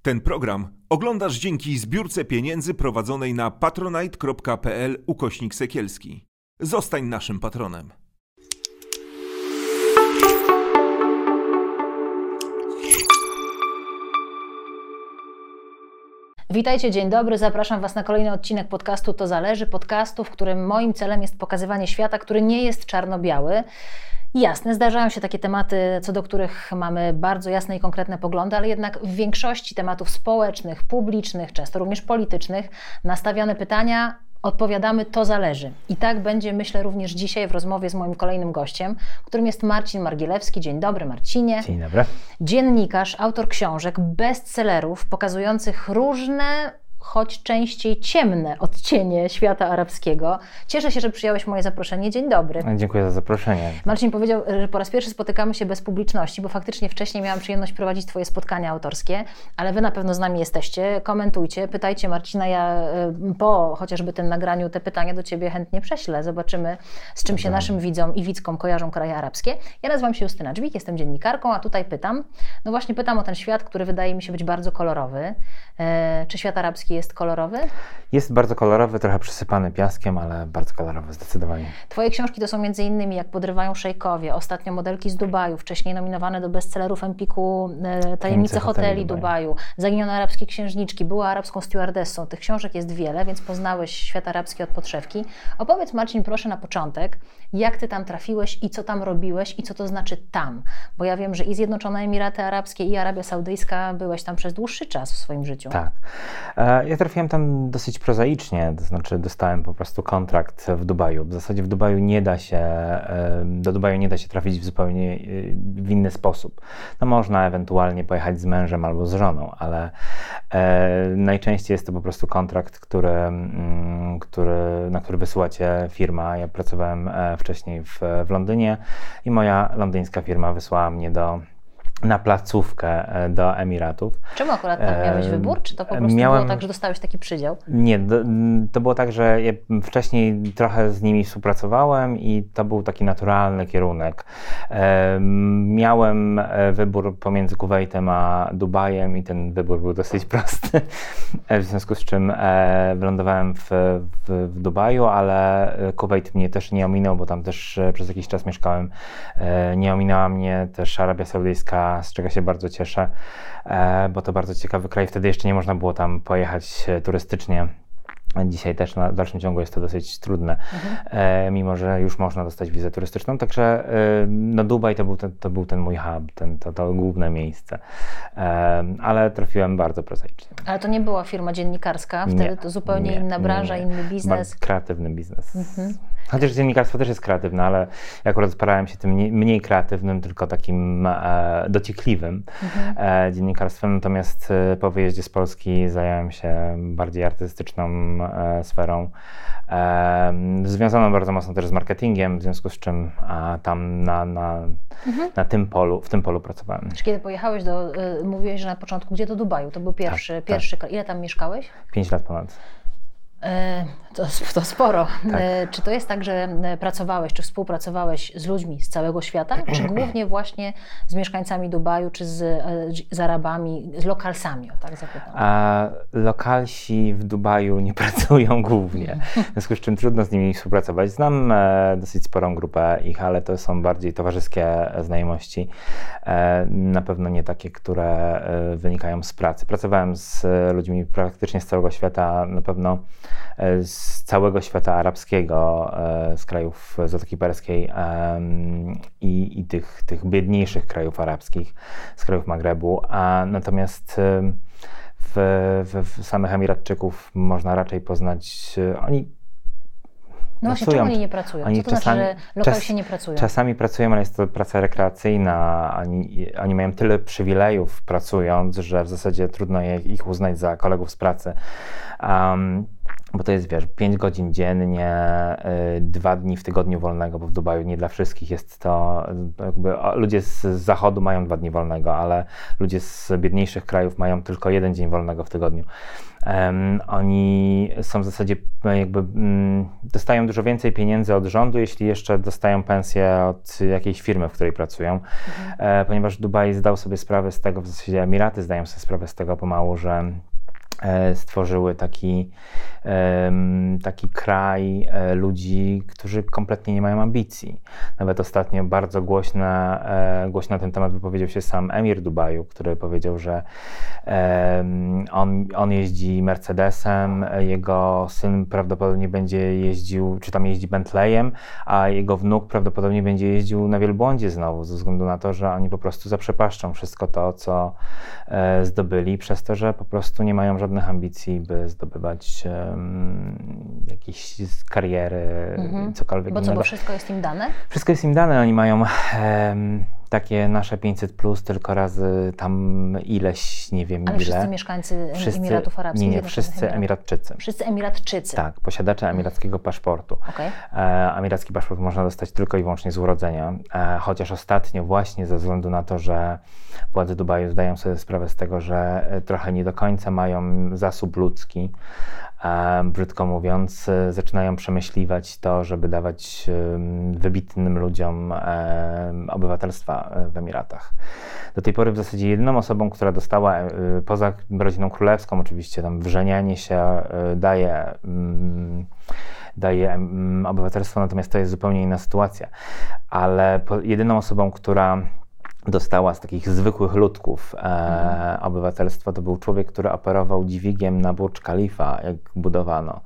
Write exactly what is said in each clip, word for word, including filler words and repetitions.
Ten program oglądasz dzięki zbiórce pieniędzy prowadzonej na patronite.pl ukośnik Sekielski. Zostań naszym patronem. Witajcie, dzień dobry, zapraszam Was na kolejny odcinek podcastu To Zależy, podcastu, w którym moim celem jest pokazywanie świata, który nie jest czarno-biały. Jasne, zdarzają się takie tematy, co do których mamy bardzo jasne i konkretne poglądy, ale jednak w większości tematów społecznych, publicznych, często również politycznych, nastawione pytania, odpowiadamy to zależy. I tak będzie, myślę, również dzisiaj w rozmowie z moim kolejnym gościem, którym jest Marcin Margielewski. Dzień dobry, Marcinie. Dzień dobry. Dziennikarz, autor książek, bestsellerów pokazujących różne, choć częściej ciemne odcienie świata arabskiego. Cieszę się, że przyjąłeś moje zaproszenie. Dzień dobry. Dziękuję za zaproszenie. Marcin powiedział, że po raz pierwszy spotykamy się bez publiczności, bo faktycznie wcześniej miałam przyjemność prowadzić Twoje spotkania autorskie, ale Wy na pewno z nami jesteście. Komentujcie, pytajcie Marcina. Ja po chociażby tym nagraniu te pytania do Ciebie chętnie prześlę. Zobaczymy, z czym się naszym widzom i widzkom kojarzą kraje arabskie. Ja nazywam się Justyna Dźwig, jestem dziennikarką, a tutaj pytam, no właśnie pytam o ten świat, który wydaje mi się być bardzo kolorowy. E, czy świat arabski jest kolorowy? Jest bardzo kolorowy, trochę przysypany piaskiem, ale bardzo kolorowy zdecydowanie. Twoje książki to są między innymi Jak podrywają szejkowie, ostatnio Modelki z Dubaju, wcześniej nominowane do bestsellerów Empiku e, Tajemnice hoteli, hoteli Dubaju, Zaginione arabskie księżniczki, Była arabską stewardessą. Tych książek jest wiele, więc poznałeś świat arabski od podszewki. Opowiedz, Marcin, proszę na początek, jak Ty tam trafiłeś i co tam robiłeś i co to znaczy tam? Bo ja wiem, że i Zjednoczone Emiraty Arabskie, i Arabia Saudyjska, byłeś tam przez dłuższy czas w swoim życiu. Tak. E, ja trafiłem tam dosyć prozaicznie, to znaczy dostałem po prostu kontrakt w Dubaju. W zasadzie w Dubaju nie da się, e, do Dubaju nie da się trafić w zupełnie e, w inny sposób. No można ewentualnie pojechać z mężem albo z żoną, ale e, najczęściej jest to po prostu kontrakt, który, m, który, na który wysyła Cię firma. Ja pracowałem e, wcześniej w, w Londynie i moja londyńska firma wysłała mnie do na placówkę do Emiratów. Czemu akurat tam miałeś wybór? Czy to po prostu Miałem... było tak, że dostałeś taki przydział? Nie, to było tak, że ja wcześniej trochę z nimi współpracowałem i to był taki naturalny kierunek. Miałem wybór pomiędzy Kuwejtem a Dubajem i ten wybór był dosyć prosty, w związku z czym wylądowałem w, w, w Dubaju, ale Kuwejt mnie też nie ominął, bo tam też przez jakiś czas mieszkałem. Nie ominęła mnie też Arabia Saudyjska, z czego się bardzo cieszę, bo to bardzo ciekawy kraj. Wtedy jeszcze nie można było tam pojechać turystycznie. Dzisiaj też na dalszym ciągu jest to dosyć trudne, mhm. mimo że już można dostać wizę turystyczną. Także no Dubaj to był ten, to był ten mój hub, ten, to, to główne miejsce. Ale trafiłem bardzo prozaicznie. Ale to nie była firma dziennikarska, wtedy nie, to zupełnie nie, inna branża, nie, nie. inny biznes. Bardzo kreatywny biznes. Mhm. Chociaż dziennikarstwo też jest kreatywne, ale ja akurat starałem się tym mniej, mniej kreatywnym, tylko takim e, dociekliwym mhm. e, dziennikarstwem. Natomiast e, po wyjeździe z Polski zająłem się bardziej artystyczną e, sferą, e, związaną bardzo mocno też z marketingiem, w związku z czym e, tam na, na, mhm. na tym polu, w tym polu pracowałem. Czy kiedy pojechałeś do, y, mówiłeś, że na początku, gdzie do Dubaju? To był pierwszy, tak, pierwszy tak. Ile tam mieszkałeś? Pięć lat ponad. To, to sporo. Tak. Czy to jest tak, że pracowałeś, czy współpracowałeś z ludźmi z całego świata, czy głównie właśnie z mieszkańcami Dubaju, czy z, z Arabami, z lokalsami, o tak zapytam? A lokalsi w Dubaju nie pracują głównie, w związku z czym trudno z nimi współpracować. Znam e, dosyć sporą grupę ich, ale to są bardziej towarzyskie znajomości, e, na pewno nie takie, które e, wynikają z pracy. Pracowałem z ludźmi praktycznie z całego świata, na pewno z całego świata arabskiego, z krajów Zatoki Perskiej i, i tych, tych biedniejszych krajów arabskich, z krajów Magrebu, a natomiast w, w, w samych Emiratczyków można raczej poznać, oni No właśnie, czemu oni nie pracują? Oni Co to czasami, znaczy, że lokal czas, się nie pracują? Czasami pracują, ale jest to praca rekreacyjna. Oni, oni mają tyle przywilejów pracując, że w zasadzie trudno je, ich uznać za kolegów z pracy. Um, bo to jest, wiesz, pięć godzin dziennie, y, dwa dni w tygodniu wolnego, bo w Dubaju nie dla wszystkich jest to, jakby o, ludzie z zachodu mają dwa dni wolnego, ale ludzie z biedniejszych krajów mają tylko jeden dzień wolnego w tygodniu. Um, oni są w zasadzie jakby um, dostają dużo więcej pieniędzy od rządu, jeśli jeszcze dostają pensję od jakiejś firmy, w której pracują, mhm. e, ponieważ Dubaj zdał sobie sprawę z tego, w zasadzie Emiraty zdają sobie sprawę z tego pomału, że stworzyły taki, taki kraj ludzi, którzy kompletnie nie mają ambicji. Nawet ostatnio bardzo głośna, głośno na ten temat wypowiedział się sam emir Dubaju, który powiedział, że on, on jeździ Mercedesem, jego syn prawdopodobnie będzie jeździł, czy tam jeździ Bentleyem, a jego wnuk prawdopodobnie będzie jeździł na wielbłądzie znowu, ze względu na to, że oni po prostu zaprzepaszczą wszystko to, co zdobyli, przez to, że po prostu nie mają żadnych ambicji, by zdobywać um, jakieś kariery, mhm. cokolwiek Bo co, innego. bo wszystko jest im dane? Wszystko jest im dane, oni mają um, takie nasze pięćset plus, tylko razy tam ileś, nie wiem Ale ile. wszyscy mieszkańcy wszyscy, Emiratów Arabskich? Nie, nie, wszyscy Emiratczycy. Wszyscy Emiratczycy? Tak, posiadacze emirackiego paszportu. Okay. E, emiracki paszport można dostać tylko i wyłącznie z urodzenia, e, chociaż ostatnio właśnie ze względu na to, że władze Dubaju zdają sobie sprawę z tego, że trochę nie do końca mają zasób ludzki, e, brzydko mówiąc, e, zaczynają przemyśliwać to, żeby dawać e, wybitnym ludziom e, obywatelstwa w Emiratach. Do tej pory w zasadzie jedyną osobą, która dostała, e, poza rodziną królewską oczywiście, tam wrzenianie się e, daje mm, daje mm, obywatelstwo, natomiast to jest zupełnie inna sytuacja. Ale po, jedyną osobą, która dostała z takich zwykłych ludków e, mhm. obywatelstwo, to był człowiek, który operował dźwigiem na Burcz Khalifa, jak budowano.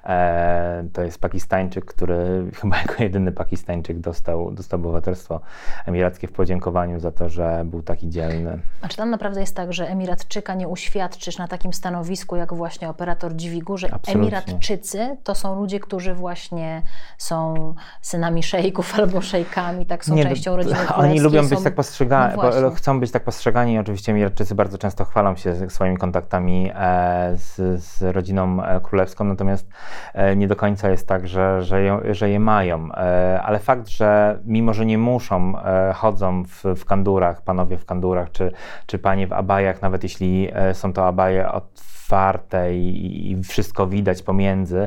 E, to jest Pakistańczyk, który chyba jako jedyny Pakistańczyk dostał, dostał obywatelstwo emirackie w podziękowaniu za to, że był taki dzielny. A czy tam naprawdę jest tak, że Emiratczyka nie uświadczysz na takim stanowisku, jak właśnie operator dźwigu, że Absolutnie. Emiratczycy to są ludzie, którzy właśnie są synami szejków albo szejkami, tak są nie, częścią rodziny królewskiej. Oni lubią być są... tak postrzegani. No chcą być tak postrzegani i oczywiście Emiratczycy bardzo często chwalą się swoimi kontaktami e, z, z rodziną królewską, natomiast e, nie do końca jest tak, że, że, ją, że je mają. E, ale fakt, że mimo, że nie muszą, e, chodzą w, w kandurach, panowie w kandurach, czy, czy panie w abajach, nawet jeśli e, są to abaje otwarte i, i wszystko widać pomiędzy,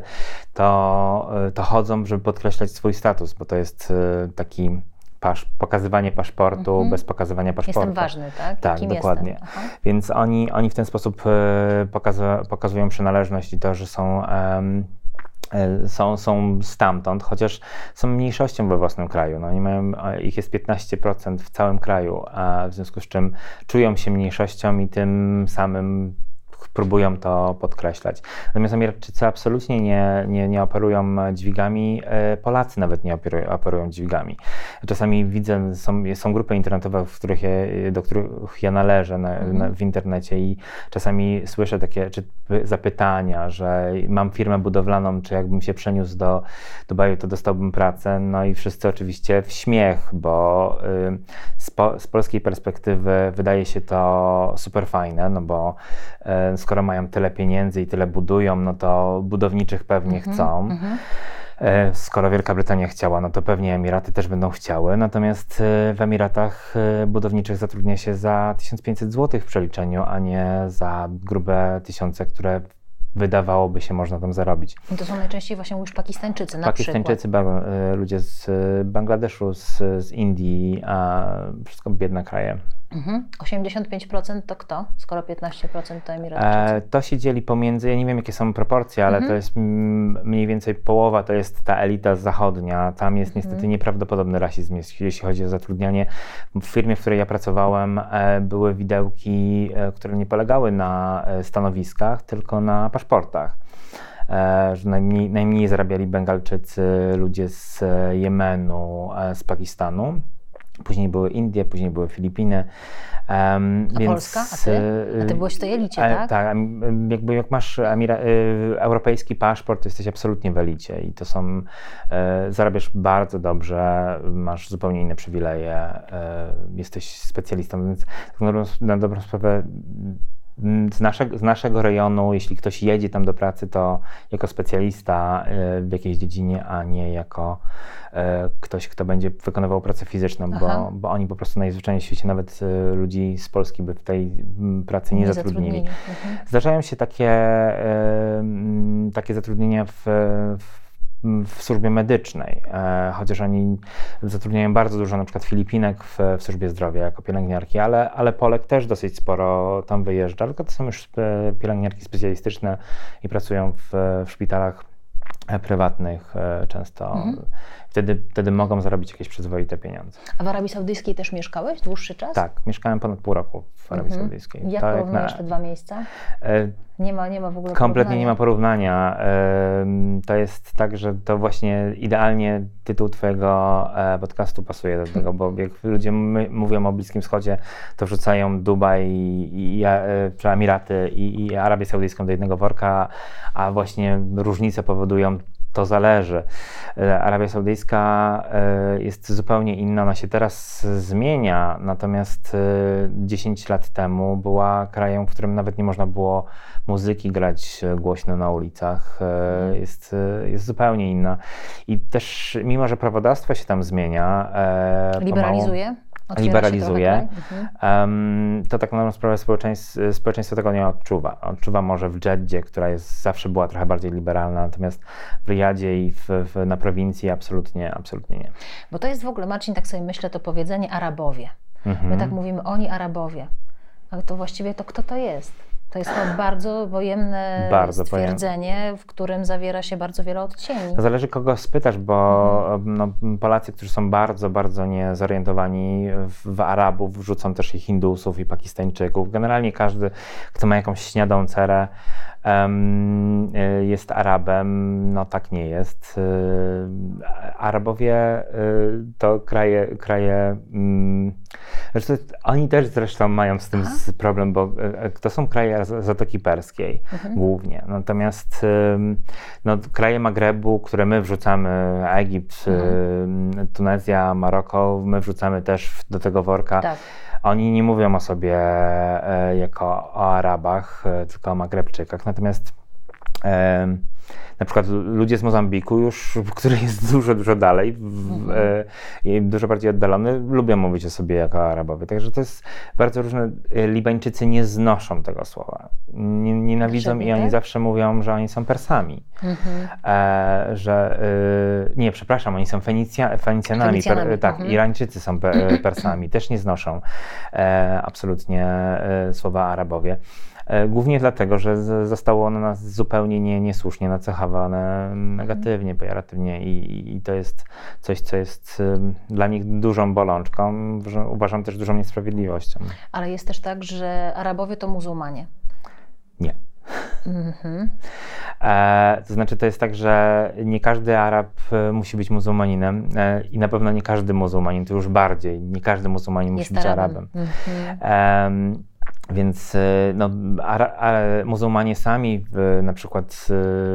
to, to chodzą, żeby podkreślać swój status, bo to jest e, taki Pasz, pokazywanie paszportu, mm-hmm. bez pokazywania paszportu. Jestem ważny, tak? Tak, Kim dokładnie. Więc oni, oni w ten sposób e, pokazu- pokazują przynależność i to, że są, e, są, są stamtąd, chociaż są mniejszością we własnym kraju. No, oni mają, ich jest piętnaście procent w całym kraju, a w związku z czym czują się mniejszością i tym samym próbują to podkreślać. Natomiast Emiratczycy absolutnie nie, nie, nie operują dźwigami, Polacy nawet nie operują, operują dźwigami. Czasami widzę, są, są grupy internetowe, w których je, do których ja należę na, mm. na, w internecie i czasami słyszę takie czy zapytania, że mam firmę budowlaną, czy jakbym się przeniósł do Dubaju, to dostałbym pracę. No i wszyscy oczywiście w śmiech, bo y, z, po, z polskiej perspektywy wydaje się to super fajne, no bo y, skoro mają tyle pieniędzy i tyle budują, no to budowniczych pewnie mm-hmm, chcą. Mm-hmm. Skoro Wielka Brytania chciała, no to pewnie Emiraty też będą chciały. Natomiast w Emiratach budowniczych zatrudnia się za tysiąc pięćset złotych w przeliczeniu, a nie za grube tysiące, które wydawałoby się można tam zarobić. I to są najczęściej właśnie już Pakistańczycy na Pakistańczycy, przykład. Ba- ludzie z Bangladeszu, z, z Indii, a wszystko biedne kraje. Mhm. osiemdziesiąt pięć procent to kto? Skoro piętnaście procent to Emiratczycy. E, to się dzieli pomiędzy, ja nie wiem jakie są proporcje, ale mhm. to jest m, mniej więcej połowa, to jest ta elita zachodnia. Tam jest mhm. niestety nieprawdopodobny rasizm, jeśli chodzi o zatrudnianie. W firmie, w której ja pracowałem, e, były widełki, e, które nie polegały na e, stanowiskach, tylko na paszportach. E, że najmniej, najmniej zarabiali Bengalczycy, ludzie z Jemenu, e, z Pakistanu. Później były Indie, później były Filipiny. Um, A więc, Polska? A ty? A ty byłeś w tej elicie, e, tak? Tak, jakby jak masz Emira- e, europejski paszport, to jesteś absolutnie w elicie i to są, e, zarabiasz bardzo dobrze, masz zupełnie inne przywileje, e, jesteś specjalistą, więc na dobrą, na dobrą sprawę z, naszego, z naszego rejonu, jeśli ktoś jedzie tam do pracy, to jako specjalista w jakiejś dziedzinie, a nie jako ktoś, kto będzie wykonywał pracę fizyczną, bo, bo oni po prostu najzwyczajniej w świecie nawet ludzi z Polski by w tej pracy nie, nie zatrudnili. zatrudnili. Mhm. Zdarzają się takie, takie zatrudnienia w, w w służbie medycznej, e, chociaż oni zatrudniają bardzo dużo na przykład Filipinek w, w służbie zdrowia jako pielęgniarki, ale, ale Polek też dosyć sporo tam wyjeżdża, tylko to są już pielęgniarki specjalistyczne i pracują w, w szpitalach prywatnych e, często. Mhm. Wtedy, wtedy mogą zarobić jakieś przyzwoite pieniądze. A w Arabii Saudyjskiej też mieszkałeś dłuższy czas? Tak, mieszkałem ponad pół roku w Arabii mhm. Saudyjskiej. Jak to porównujesz jak na... te dwa miejsca? E, Nie ma, nie ma w ogóle Kompletnie nie ma porównania. To jest tak, że to właśnie idealnie tytuł twojego podcastu pasuje do tego, bo jak ludzie mówią o Bliskim Wschodzie, to wrzucają Dubaj i, i, czy Emiraty i, i Arabię Saudyjską do jednego worka, a właśnie różnice powodują, to zależy. Arabia Saudyjska jest zupełnie inna, ona się teraz zmienia, natomiast dziesięć lat temu była krajem, w którym nawet nie można było muzyki grać głośno na ulicach. Jest, jest zupełnie inna. I też mimo, że prawodawstwo się tam zmienia, liberalizuje? Pomału, liberalizuje, um, to tak na dobrą sprawę społeczeństwo, społeczeństwo tego nie odczuwa. Odczuwa może w Dżeddzie, która jest, zawsze była trochę bardziej liberalna, natomiast w Riyadzie i w, w, na prowincji absolutnie, absolutnie nie. Bo to jest w ogóle, Marcin, tak sobie myślę, to powiedzenie Arabowie. Mhm. My tak mówimy, oni Arabowie. Ale to właściwie to kto to jest? To jest to bardzo wojenne bardzo stwierdzenie, pojemne. W którym zawiera się bardzo wiele odcieni. To zależy, kogo spytasz, bo mhm. no, Polacy, którzy są bardzo, bardzo niezorientowani w, w Arabów, wrzucą też i Hindusów i Pakistańczyków. Generalnie każdy, kto ma jakąś śniadą cerę, um, jest Arabem. No tak nie jest. Arabowie to kraje, kraje um, zresztą, oni też zresztą mają z tym z problem, bo to są kraje Zatoki Perskiej mhm. głównie. Natomiast no, kraje Magrebu, które my wrzucamy, Egipt, mhm. Tunezja, Maroko, my wrzucamy też do tego worka. Tak. Oni nie mówią o sobie e, jako o Arabach, e, tylko o Magrebczykach. Natomiast e, na przykład ludzie z Mozambiku już, który jest dużo, dużo dalej w, mhm. e, i dużo bardziej oddalony, lubią mówić o sobie jako Arabowie. Także to jest bardzo różne. Libańczycy nie znoszą tego słowa. Nie, nienawidzą Dlaczego, i oni tak? zawsze mówią, że oni są Persami. Mhm. E, że e, nie, przepraszam, oni są Fenicja, Fenicjanami. Fenicjanami. Per, tak, mhm. Irańczycy są pe, Persami. Też nie znoszą e, absolutnie e, słowa Arabowie. Głównie dlatego, że zostało ono nas zupełnie nie, niesłusznie nacechowane negatywnie, pejoratywnie i, i to jest coś, co jest um, dla nich dużą bolączką, że uważam też dużą niesprawiedliwością. Ale jest też tak, że Arabowie to muzułmanie? Nie. Mm-hmm. E, to znaczy to jest tak, że nie każdy Arab musi być muzułmaninem e, i na pewno nie każdy muzułmanin, to już bardziej, nie każdy muzułmanin jest musi być Arabem. Arabem. Mm-hmm. E, Więc no, ara, ara, muzułmanie sami, na przykład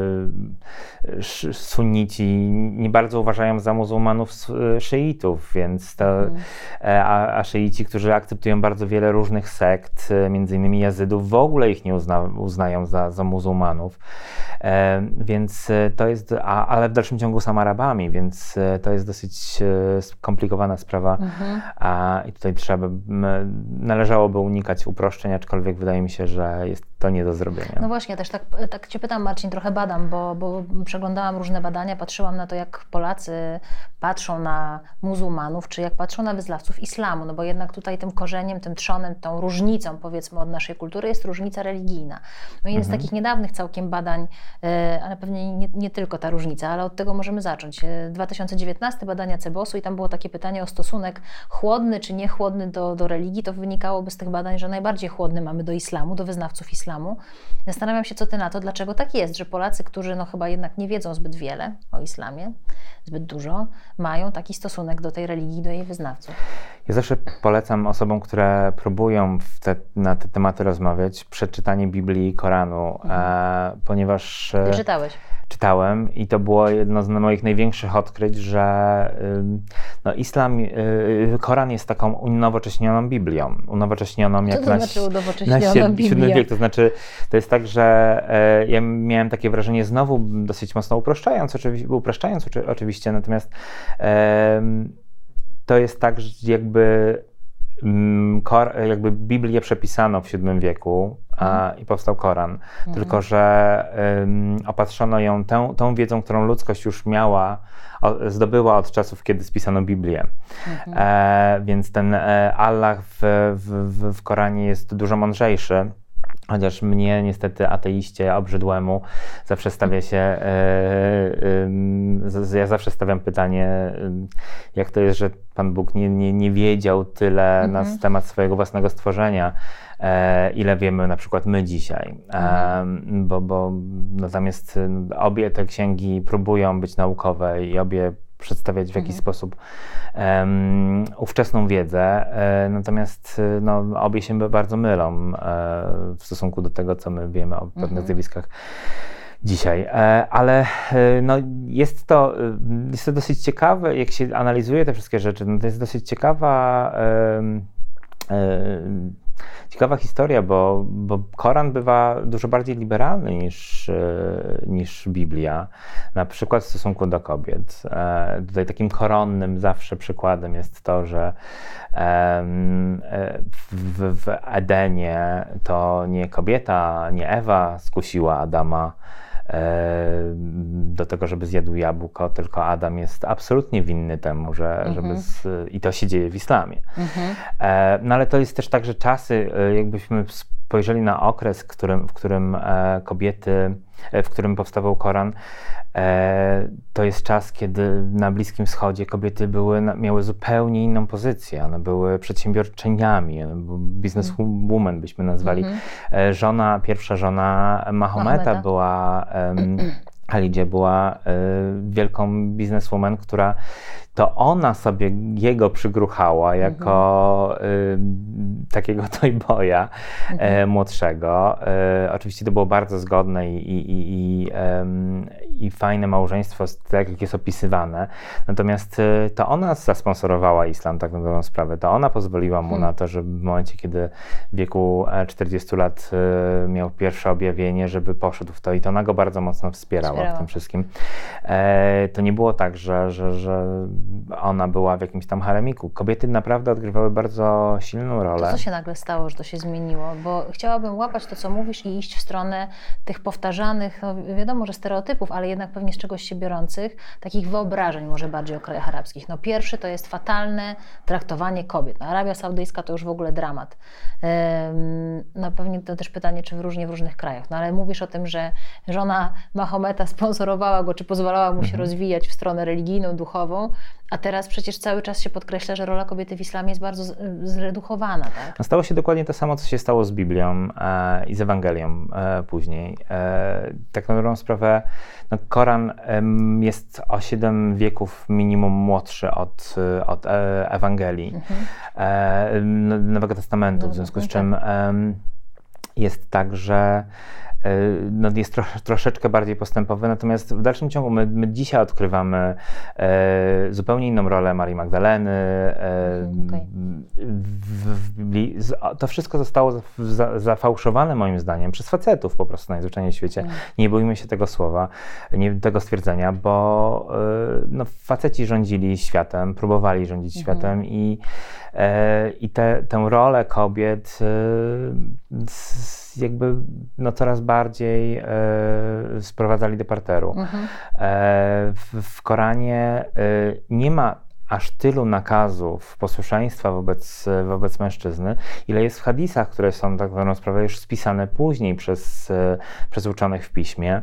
sunnici, nie bardzo uważają za muzułmanów szyitów, więc to, mm. a, a szyici, którzy akceptują bardzo wiele różnych sekt, między innymi Jazydów, w ogóle ich nie uzna, uznają za, za muzułmanów. E, więc to jest, a, ale w dalszym ciągu są Arabami, więc to jest dosyć skomplikowana sprawa mm-hmm. a, i tutaj trzeba, należałoby unikać uproszczeń, aczkolwiek wydaje mi się, że jest to nie do zrobienia. No właśnie, ja też tak, tak Cię pytam, Marcin, trochę badam, bo, bo przeglądałam różne badania, patrzyłam na to, jak Polacy patrzą na muzułmanów, czy jak patrzą na wyznawców islamu, no bo jednak tutaj tym korzeniem, tym trzonem, tą różnicą, powiedzmy, od naszej kultury jest różnica religijna. No i jeden mhm. z takich niedawnych całkiem badań, ale pewnie nie, nie tylko ta różnica, ale od tego możemy zacząć. dwa tysiące dziewiętnaste badania Cebosu i tam było takie pytanie o stosunek chłodny czy niechłodny do, do religii, to wynikałoby z tych badań, że najbardziej chłodny mamy do islamu, do wyznawców islamu. islamu. Zastanawiam się, co ty na to, dlaczego tak jest, że Polacy, którzy no chyba jednak nie wiedzą zbyt wiele o islamie, zbyt dużo, mają taki stosunek do tej religii, do jej wyznawców. Ja zawsze polecam osobom, które próbują w te, na te tematy rozmawiać, przeczytanie Biblii i Koranu, mhm. e, ponieważ... Ty czytałeś? Czytałem i to było jedno z moich największych odkryć, że no, islam, Koran jest taką unowocześnioną Biblią. Unowocześnioną Co jak to na, znaczy unowocześniona na Biblia? siódmy wiek. To znaczy, to jest tak, że e, ja miałem takie wrażenie, znowu dosyć mocno uproszczając, oczywiście, upraszczając oczywiście, natomiast e, to jest tak, że jakby jakby Biblię przepisano w siódmym wieku a, i powstał Koran, mhm. tylko że um, opatrzono ją tą, tą wiedzą, którą ludzkość już miała, o, zdobyła od czasów, kiedy spisano Biblię. Mhm. E, więc ten e, Allah w, w, w Koranie jest dużo mądrzejszy. Chociaż mnie niestety ateiście obrzydłemu zawsze stawia się, e, e, ja zawsze stawiam pytanie, jak to jest, że Pan Bóg nie, nie, nie wiedział tyle mm-hmm. na temat swojego własnego stworzenia, e, ile wiemy na przykład my dzisiaj. Mm-hmm. E, bo bo no, zamiast obie te księgi próbują być naukowe i obie przedstawiać w jakiś mhm. sposób um, ówczesną wiedzę, e, natomiast no, obie się bardzo mylą e, w stosunku do tego, co my wiemy o pewnych mhm. zjawiskach dzisiaj. E, ale e, no, jest, to, jest to dosyć ciekawe, jak się analizuje te wszystkie rzeczy, no, to jest dosyć ciekawa e, e, Ciekawa historia, bo, bo Koran bywa dużo bardziej liberalny niż, niż Biblia, na przykład w stosunku do kobiet. E, tutaj takim koronnym zawsze przykładem jest to, że e, w, w Edenie to nie kobieta, nie Ewa skusiła Adama do tego, żeby zjadł jabłko, tylko Adam jest absolutnie winny temu, że, mhm. żeby z, i to się dzieje w islamie. Mhm. E, no ale to jest też tak, że czasy, jakbyśmy spojrzeli na okres, w którym, w którym kobiety, w którym powstawał Koran, e, to jest czas, kiedy na Bliskim Wschodzie kobiety były, miały zupełnie inną pozycję. One były przedsiębiorczyniami, businesswoman byśmy nazwali. Mhm. Żona, pierwsza żona Mahometa, Mahometa. była, um, Khadidża była y, wielką bizneswoman, która to ona sobie jego przygruchała jako mhm. y, takiego toyboya mhm. e, młodszego. E, oczywiście to było bardzo zgodne i, i, i, i, um, i fajne małżeństwo, tak jak jest opisywane. Natomiast y, to ona zasponsorowała islam, tak na dobrą sprawę. To ona pozwoliła mu mhm. na to, żeby w momencie, kiedy w wieku czterdziestu lat y, miał pierwsze objawienie, żeby poszedł w to i to ona go bardzo mocno wspierała, wspierała. w tym wszystkim. E, to nie było tak, że, że, że ona była w jakimś tam haremiku. Kobiety naprawdę odgrywały bardzo silną rolę. To co się nagle stało, że to się zmieniło? Bo chciałabym łapać to, co mówisz i iść w stronę tych powtarzanych, no wiadomo, że stereotypów, ale jednak pewnie z czegoś się biorących, takich wyobrażeń może bardziej o krajach arabskich. No pierwszy to jest fatalne traktowanie kobiet. No, Arabia Saudyjska to już w ogóle dramat. Ym, no pewnie to też pytanie, czy w różnie w różnych krajach. No ale mówisz o tym, że żona Mahometa sponsorowała go, czy pozwalała mu się mhm. rozwijać w stronę religijną, duchową, a teraz przecież cały czas się podkreśla, że rola kobiety w islamie jest bardzo zredukowana, tak? No stało się dokładnie to samo, co się stało z Biblią e, i z Ewangelią e, później. E, tak na dobrą sprawę, no, Koran e, jest o siedem wieków minimum młodszy od, od e, Ewangelii, mhm. e, Nowego Testamentu, no, w związku z czym e, jest tak, że no jest tro, troszeczkę bardziej postępowy, natomiast w dalszym ciągu my, my dzisiaj odkrywamy e, zupełnie inną rolę Marii Magdaleny. E, okay. w, w Biblii. To wszystko zostało za, zafałszowane moim zdaniem przez facetów po prostu najzwyczajniej w świecie. Mm. Nie bójmy się tego słowa, nie, tego stwierdzenia, bo e, no, faceci rządzili światem, próbowali rządzić mm. światem i, e, i te, tę rolę kobiet e, z, jakby no, coraz bardziej e, sprowadzali do parteru. Mhm. E, w, w Koranie e, nie ma aż tylu nakazów posłuszeństwa wobec, wobec mężczyzny, ile jest w hadisach, które są tak naprawdę sprawę już spisane później przez, e, przez uczonych w piśmie.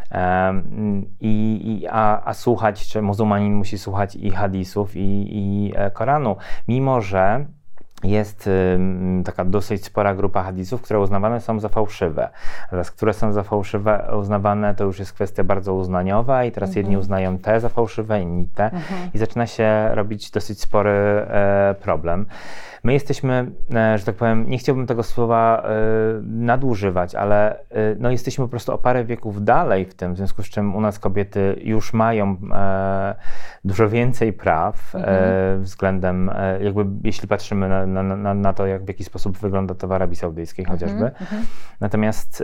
I, i, a, a słuchać, czy muzułmanin musi słuchać i hadisów, i, i Koranu, mimo że jest y, taka dosyć spora grupa hadisów, które uznawane są za fałszywe. Teraz, które są za fałszywe uznawane, to już jest kwestia bardzo uznaniowa i teraz mhm. jedni uznają te za fałszywe, inni te mhm. i zaczyna się robić dosyć spory e, problem. My jesteśmy, e, że tak powiem, nie chciałbym tego słowa e, nadużywać, ale e, no, jesteśmy po prostu o parę wieków dalej w tym, w związku z czym u nas kobiety już mają e, dużo więcej praw mhm. e, względem, e, jakby jeśli patrzymy na, na, na, na to, jak w jaki sposób wygląda to w Arabii Saudyjskiej chociażby. Mhm. Natomiast e,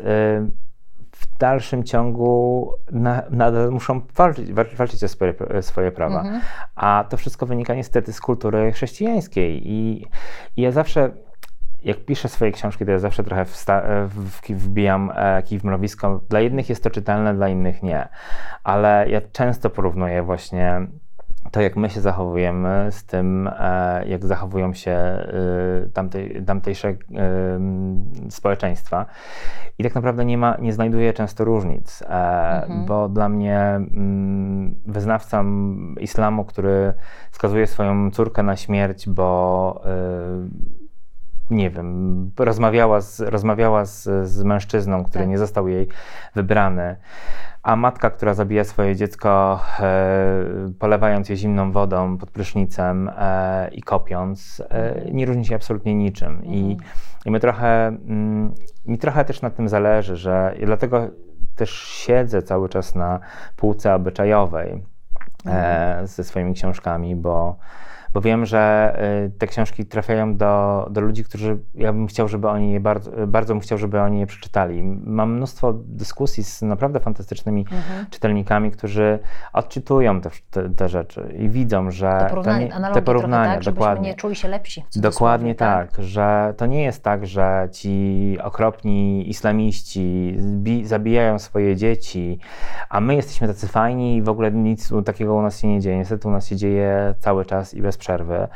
w dalszym ciągu na, nadal muszą walczyć, walczyć o swoje, swoje prawa. Mhm. A to wszystko wynika niestety z kultury chrześcijańskiej. I, i ja zawsze, jak piszę swoje książki, to ja zawsze trochę wsta- w, wbijam e, kij w mrowisko. Dla jednych jest to czytelne, dla innych nie. Ale ja często porównuję właśnie to, jak my się zachowujemy, z tym, e, jak zachowują się e, tamtej, tamtejsze e, społeczeństwa. I tak naprawdę nie ma, nie znajduję często różnic, e, mhm. bo dla mnie m, wyznawca islamu, który skazuje swoją córkę na śmierć, bo e, nie wiem, rozmawiała z, rozmawiała z, z mężczyzną, który tak. nie został jej wybrany, a matka, która zabija swoje dziecko, e, polewając je zimną wodą pod prysznicem e, i kopiąc, e, nie różni się absolutnie niczym. Mhm. I, i my trochę, mm, mi trochę też na tym zależy, że i dlatego też siedzę cały czas na półce obyczajowej mhm. e, ze swoimi książkami, bo Bo wiem, że y, te książki trafiają do, do ludzi, którzy ja bym chciał, żeby oni je bardzo, bardzo bym chciał, żeby oni je przeczytali. Mam mnóstwo dyskusji z naprawdę fantastycznymi mhm. czytelnikami, którzy odczytują te, te, te rzeczy i widzą, że te porównania, to nie, te porównania tak, dokładnie. nie czuli się lepsi. Dokładnie tak, tak, że to nie jest tak, że ci okropni islamiści zbi- zabijają swoje dzieci, a my jesteśmy tacy fajni i w ogóle nic takiego u nas się nie dzieje. Niestety u nas się dzieje cały czas i bez przerwy.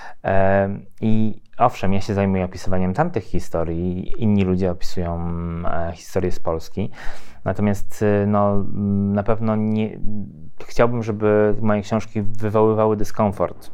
I owszem, ja się zajmuję opisywaniem tamtych historii, inni ludzie opisują historię z Polski, natomiast no, na pewno nie, chciałbym, żeby moje książki wywoływały dyskomfort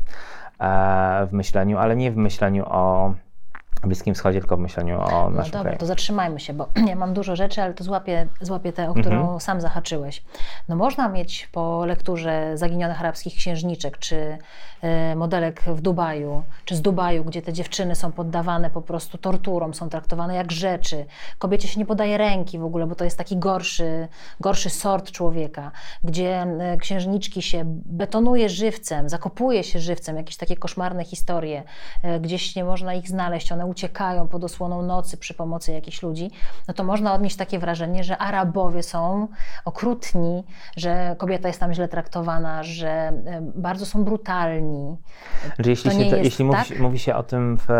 w myśleniu, ale nie w myśleniu o Bliskim Wschodzie, tylko w myśleniu o no naszym dobra, kraju. To zatrzymajmy się, bo ja mam dużo rzeczy, ale to złapię, złapię tę, o którą mm-hmm. sam zahaczyłeś. No można mieć po lekturze Zaginionych Arabskich Księżniczek, czy y, modelek w Dubaju, czy z Dubaju, gdzie te dziewczyny są poddawane po prostu torturom, są traktowane jak rzeczy. Kobiecie się nie podaje ręki w ogóle, bo to jest taki gorszy, gorszy sort człowieka, gdzie y, księżniczki się betonuje żywcem, zakopuje się żywcem, jakieś takie koszmarne historie, y, gdzieś nie można ich znaleźć, one uciekają pod osłoną nocy przy pomocy jakichś ludzi, no to można odnieść takie wrażenie, że Arabowie są okrutni, że kobieta jest tam źle traktowana, że bardzo są brutalni. Znaczy, jeśli, się to, jeśli tak? mówi, mówi się o tym w,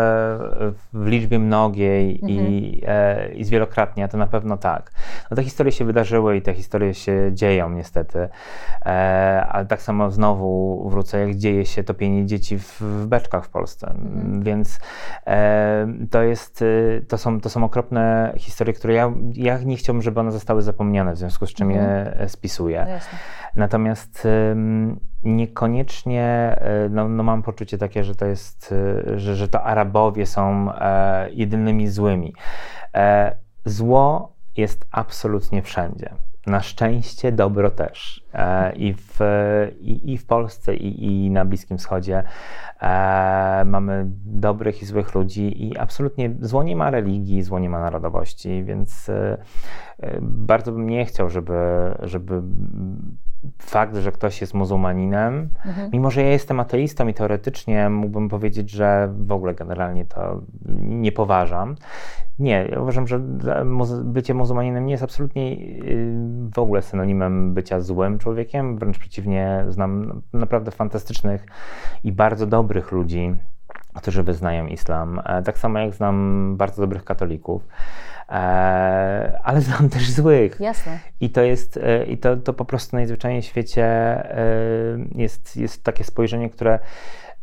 w liczbie mnogiej mhm. i, e, i zwielokrotnie, to na pewno tak. No, te historie się wydarzyły i te historie się dzieją niestety, e, ale tak samo znowu wrócę, jak dzieje się topienie dzieci w, w beczkach w Polsce, mhm. więc e, To, jest, to, są, to są okropne historie, które ja, ja nie chciałbym, żeby one zostały zapomniane, w związku z czym mm. je spisuję. No Natomiast um, niekoniecznie no, no mam poczucie takie, że to jest, że, że to Arabowie są e, jedynymi złymi. E, zło jest absolutnie wszędzie. Na szczęście dobro też. E, i, w, i, I w Polsce, i, i na Bliskim Wschodzie e, mamy dobrych i złych ludzi i absolutnie zło nie ma religii, zło nie ma narodowości, więc e, bardzo bym nie chciał, żeby, żeby fakt, że ktoś jest muzułmaninem, mhm. mimo że ja jestem ateistą i teoretycznie mógłbym powiedzieć, że w ogóle generalnie to nie poważam. Nie, ja uważam, że bycie muzułmaninem nie jest absolutnie w ogóle synonimem bycia złym człowiekiem, wręcz przeciwnie, znam naprawdę fantastycznych i bardzo dobrych ludzi, którzy wyznają islam. Tak samo jak znam bardzo dobrych katolików. Ale znam też złych. Jasne. I to jest, i to, to po prostu najzwyczajniej w świecie jest, jest takie spojrzenie, które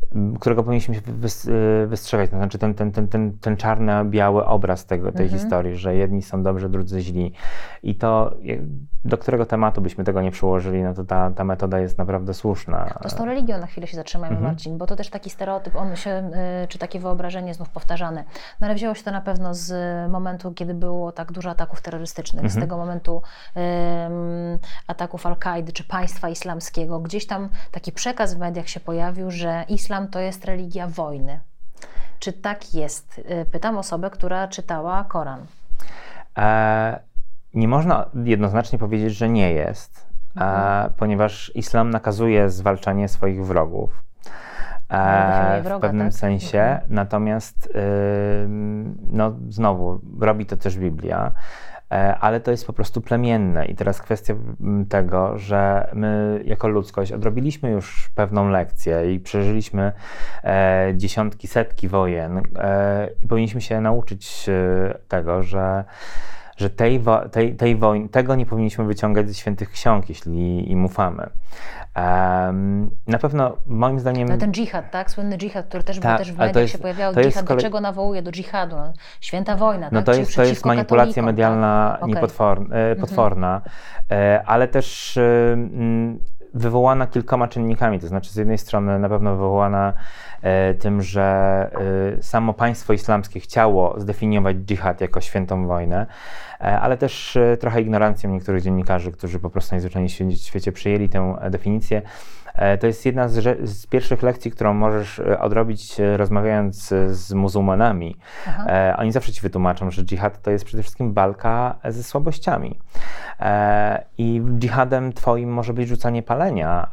którego powinniśmy się wystrzegać. To znaczy ten, ten, ten, ten, ten czarno-biały obraz tego, tej mhm. historii, że jedni są dobrzy, drudzy źli. I to, do którego tematu byśmy tego nie przyłożyli, no to ta, ta metoda jest naprawdę słuszna. To z tą religią na chwilę się zatrzymajmy, mhm. Marcin, bo to też taki stereotyp, on się, czy takie wyobrażenie znów powtarzane. No ale wzięło się to na pewno z momentu, kiedy było tak dużo ataków terrorystycznych, mhm. z tego momentu um, ataków Al-Kaidy czy państwa islamskiego. Gdzieś tam taki przekaz w mediach się pojawił, że islam to jest religia wojny. Czy tak jest? Pytam osobę, która czytała Koran. E, nie można jednoznacznie powiedzieć, że nie jest, mhm. e, ponieważ islam nakazuje zwalczanie swoich wrogów. E, wroga, w pewnym tak? sensie, mhm. natomiast y, no znowu robi to też Biblia. Ale to jest po prostu plemienne i teraz kwestia tego, że my jako ludzkość odrobiliśmy już pewną lekcję i przeżyliśmy e, dziesiątki, setki wojen e, i powinniśmy się nauczyć e, tego, że że tej, wo- tej, tej wojny, tego nie powinniśmy wyciągać ze świętych ksiąg, jeśli im ufamy. Um, na pewno moim zdaniem... No ten dżihad, tak? Słynny dżihad, który też, ta, też w mediach jest, się pojawiał. Dżihad, kolej... do czego nawołuje? Do dżihadu. No, święta wojna, no tak? to jest, to jest manipulacja katolikom, medialna tak? niepotworna, okay. potworna, mhm. ale też wywołana kilkoma czynnikami. To znaczy z jednej strony na pewno wywołana tym, że samo państwo islamskie chciało zdefiniować dżihad jako świętą wojnę, ale też trochę ignorancją niektórych dziennikarzy, którzy po prostu najzwyczajniej w świecie przyjęli tę definicję. To jest jedna z, z pierwszych lekcji, którą możesz odrobić rozmawiając z muzułmanami. Aha. Oni zawsze ci wytłumaczą, że dżihad to jest przede wszystkim walka ze słabościami. I dżihadem twoim może być rzucanie palenia,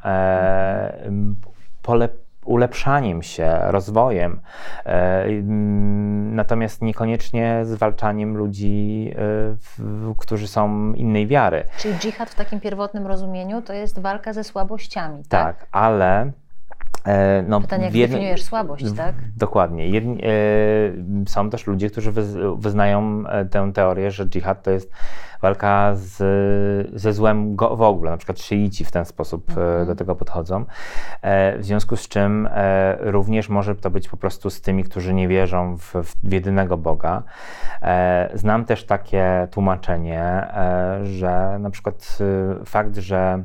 pole ulepszaniem się, rozwojem, e, natomiast niekoniecznie zwalczaniem ludzi, e, w, którzy są innej wiary. Czyli dżihad w takim pierwotnym rozumieniu to jest walka ze słabościami, tak? Tak, ale... E, no, Pytanie, jak jedni, definiujesz słabość, tak? Dokładnie. Jedni, e, są też ludzie, którzy wyz, wyznają tę teorię, że dżihad to jest walka z, ze złem go, w ogóle, na przykład szyici w ten sposób mhm. do tego podchodzą. E, w związku z czym e, również może to być po prostu z tymi, którzy nie wierzą w, w jedynego Boga. E, znam też takie tłumaczenie, e, że na przykład e, fakt, że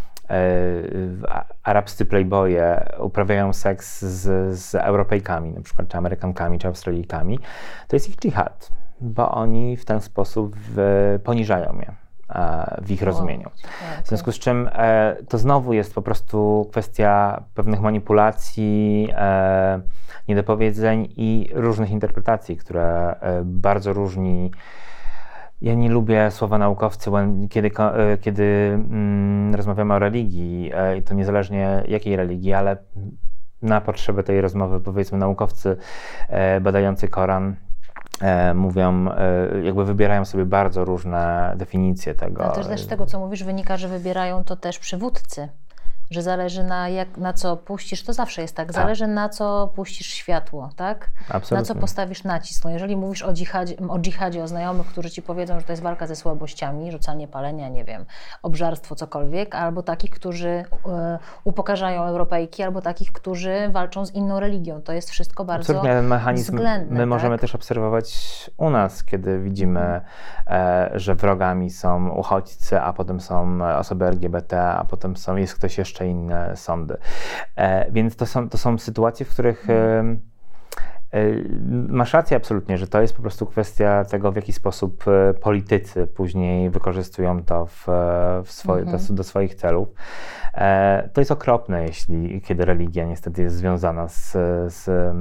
arabscy playboye uprawiają seks z, z Europejkami, na przykład czy Amerykankami, czy Australijkami, to jest ich dżihad, bo oni w ten sposób w, poniżają je w ich rozumieniu. W związku z czym to znowu jest po prostu kwestia pewnych manipulacji, niedopowiedzeń i różnych interpretacji, które bardzo różni. Ja nie lubię słowa naukowcy, kiedy, kiedy mm, rozmawiamy o religii, i to niezależnie jakiej religii, ale na potrzeby tej rozmowy, powiedzmy, naukowcy e, badający Koran e, mówią, e, jakby wybierają sobie bardzo różne definicje tego. Ale też, też z tego, co mówisz, wynika, że wybierają to też przywódcy. Że zależy na, jak, na co puścisz, to zawsze jest tak, zależy A. na co puścisz światło, tak? Absolutnie. Na co postawisz nacisk. No jeżeli mówisz o dżihadzie, o dżihadzie, o znajomych, którzy ci powiedzą, że to jest walka ze słabościami, rzucanie palenia, nie wiem, obżarstwo, cokolwiek, albo takich, którzy y, upokarzają Europejki, albo takich, którzy walczą z inną religią. To jest wszystko bardzo Absolutnie, ten mechanizm względny. My tak? możemy też obserwować u nas, kiedy widzimy, e, że wrogami są uchodźcy, a potem są osoby L G B T, a potem są, jest ktoś jeszcze inne sądy. E, więc to są, to są sytuacje, w których e, e, masz rację absolutnie, że to jest po prostu kwestia tego, w jaki sposób e, politycy później wykorzystują to w, w swoje, mm-hmm. do, do swoich celów. E, to jest okropne, jeśli kiedy religia niestety jest związana z, z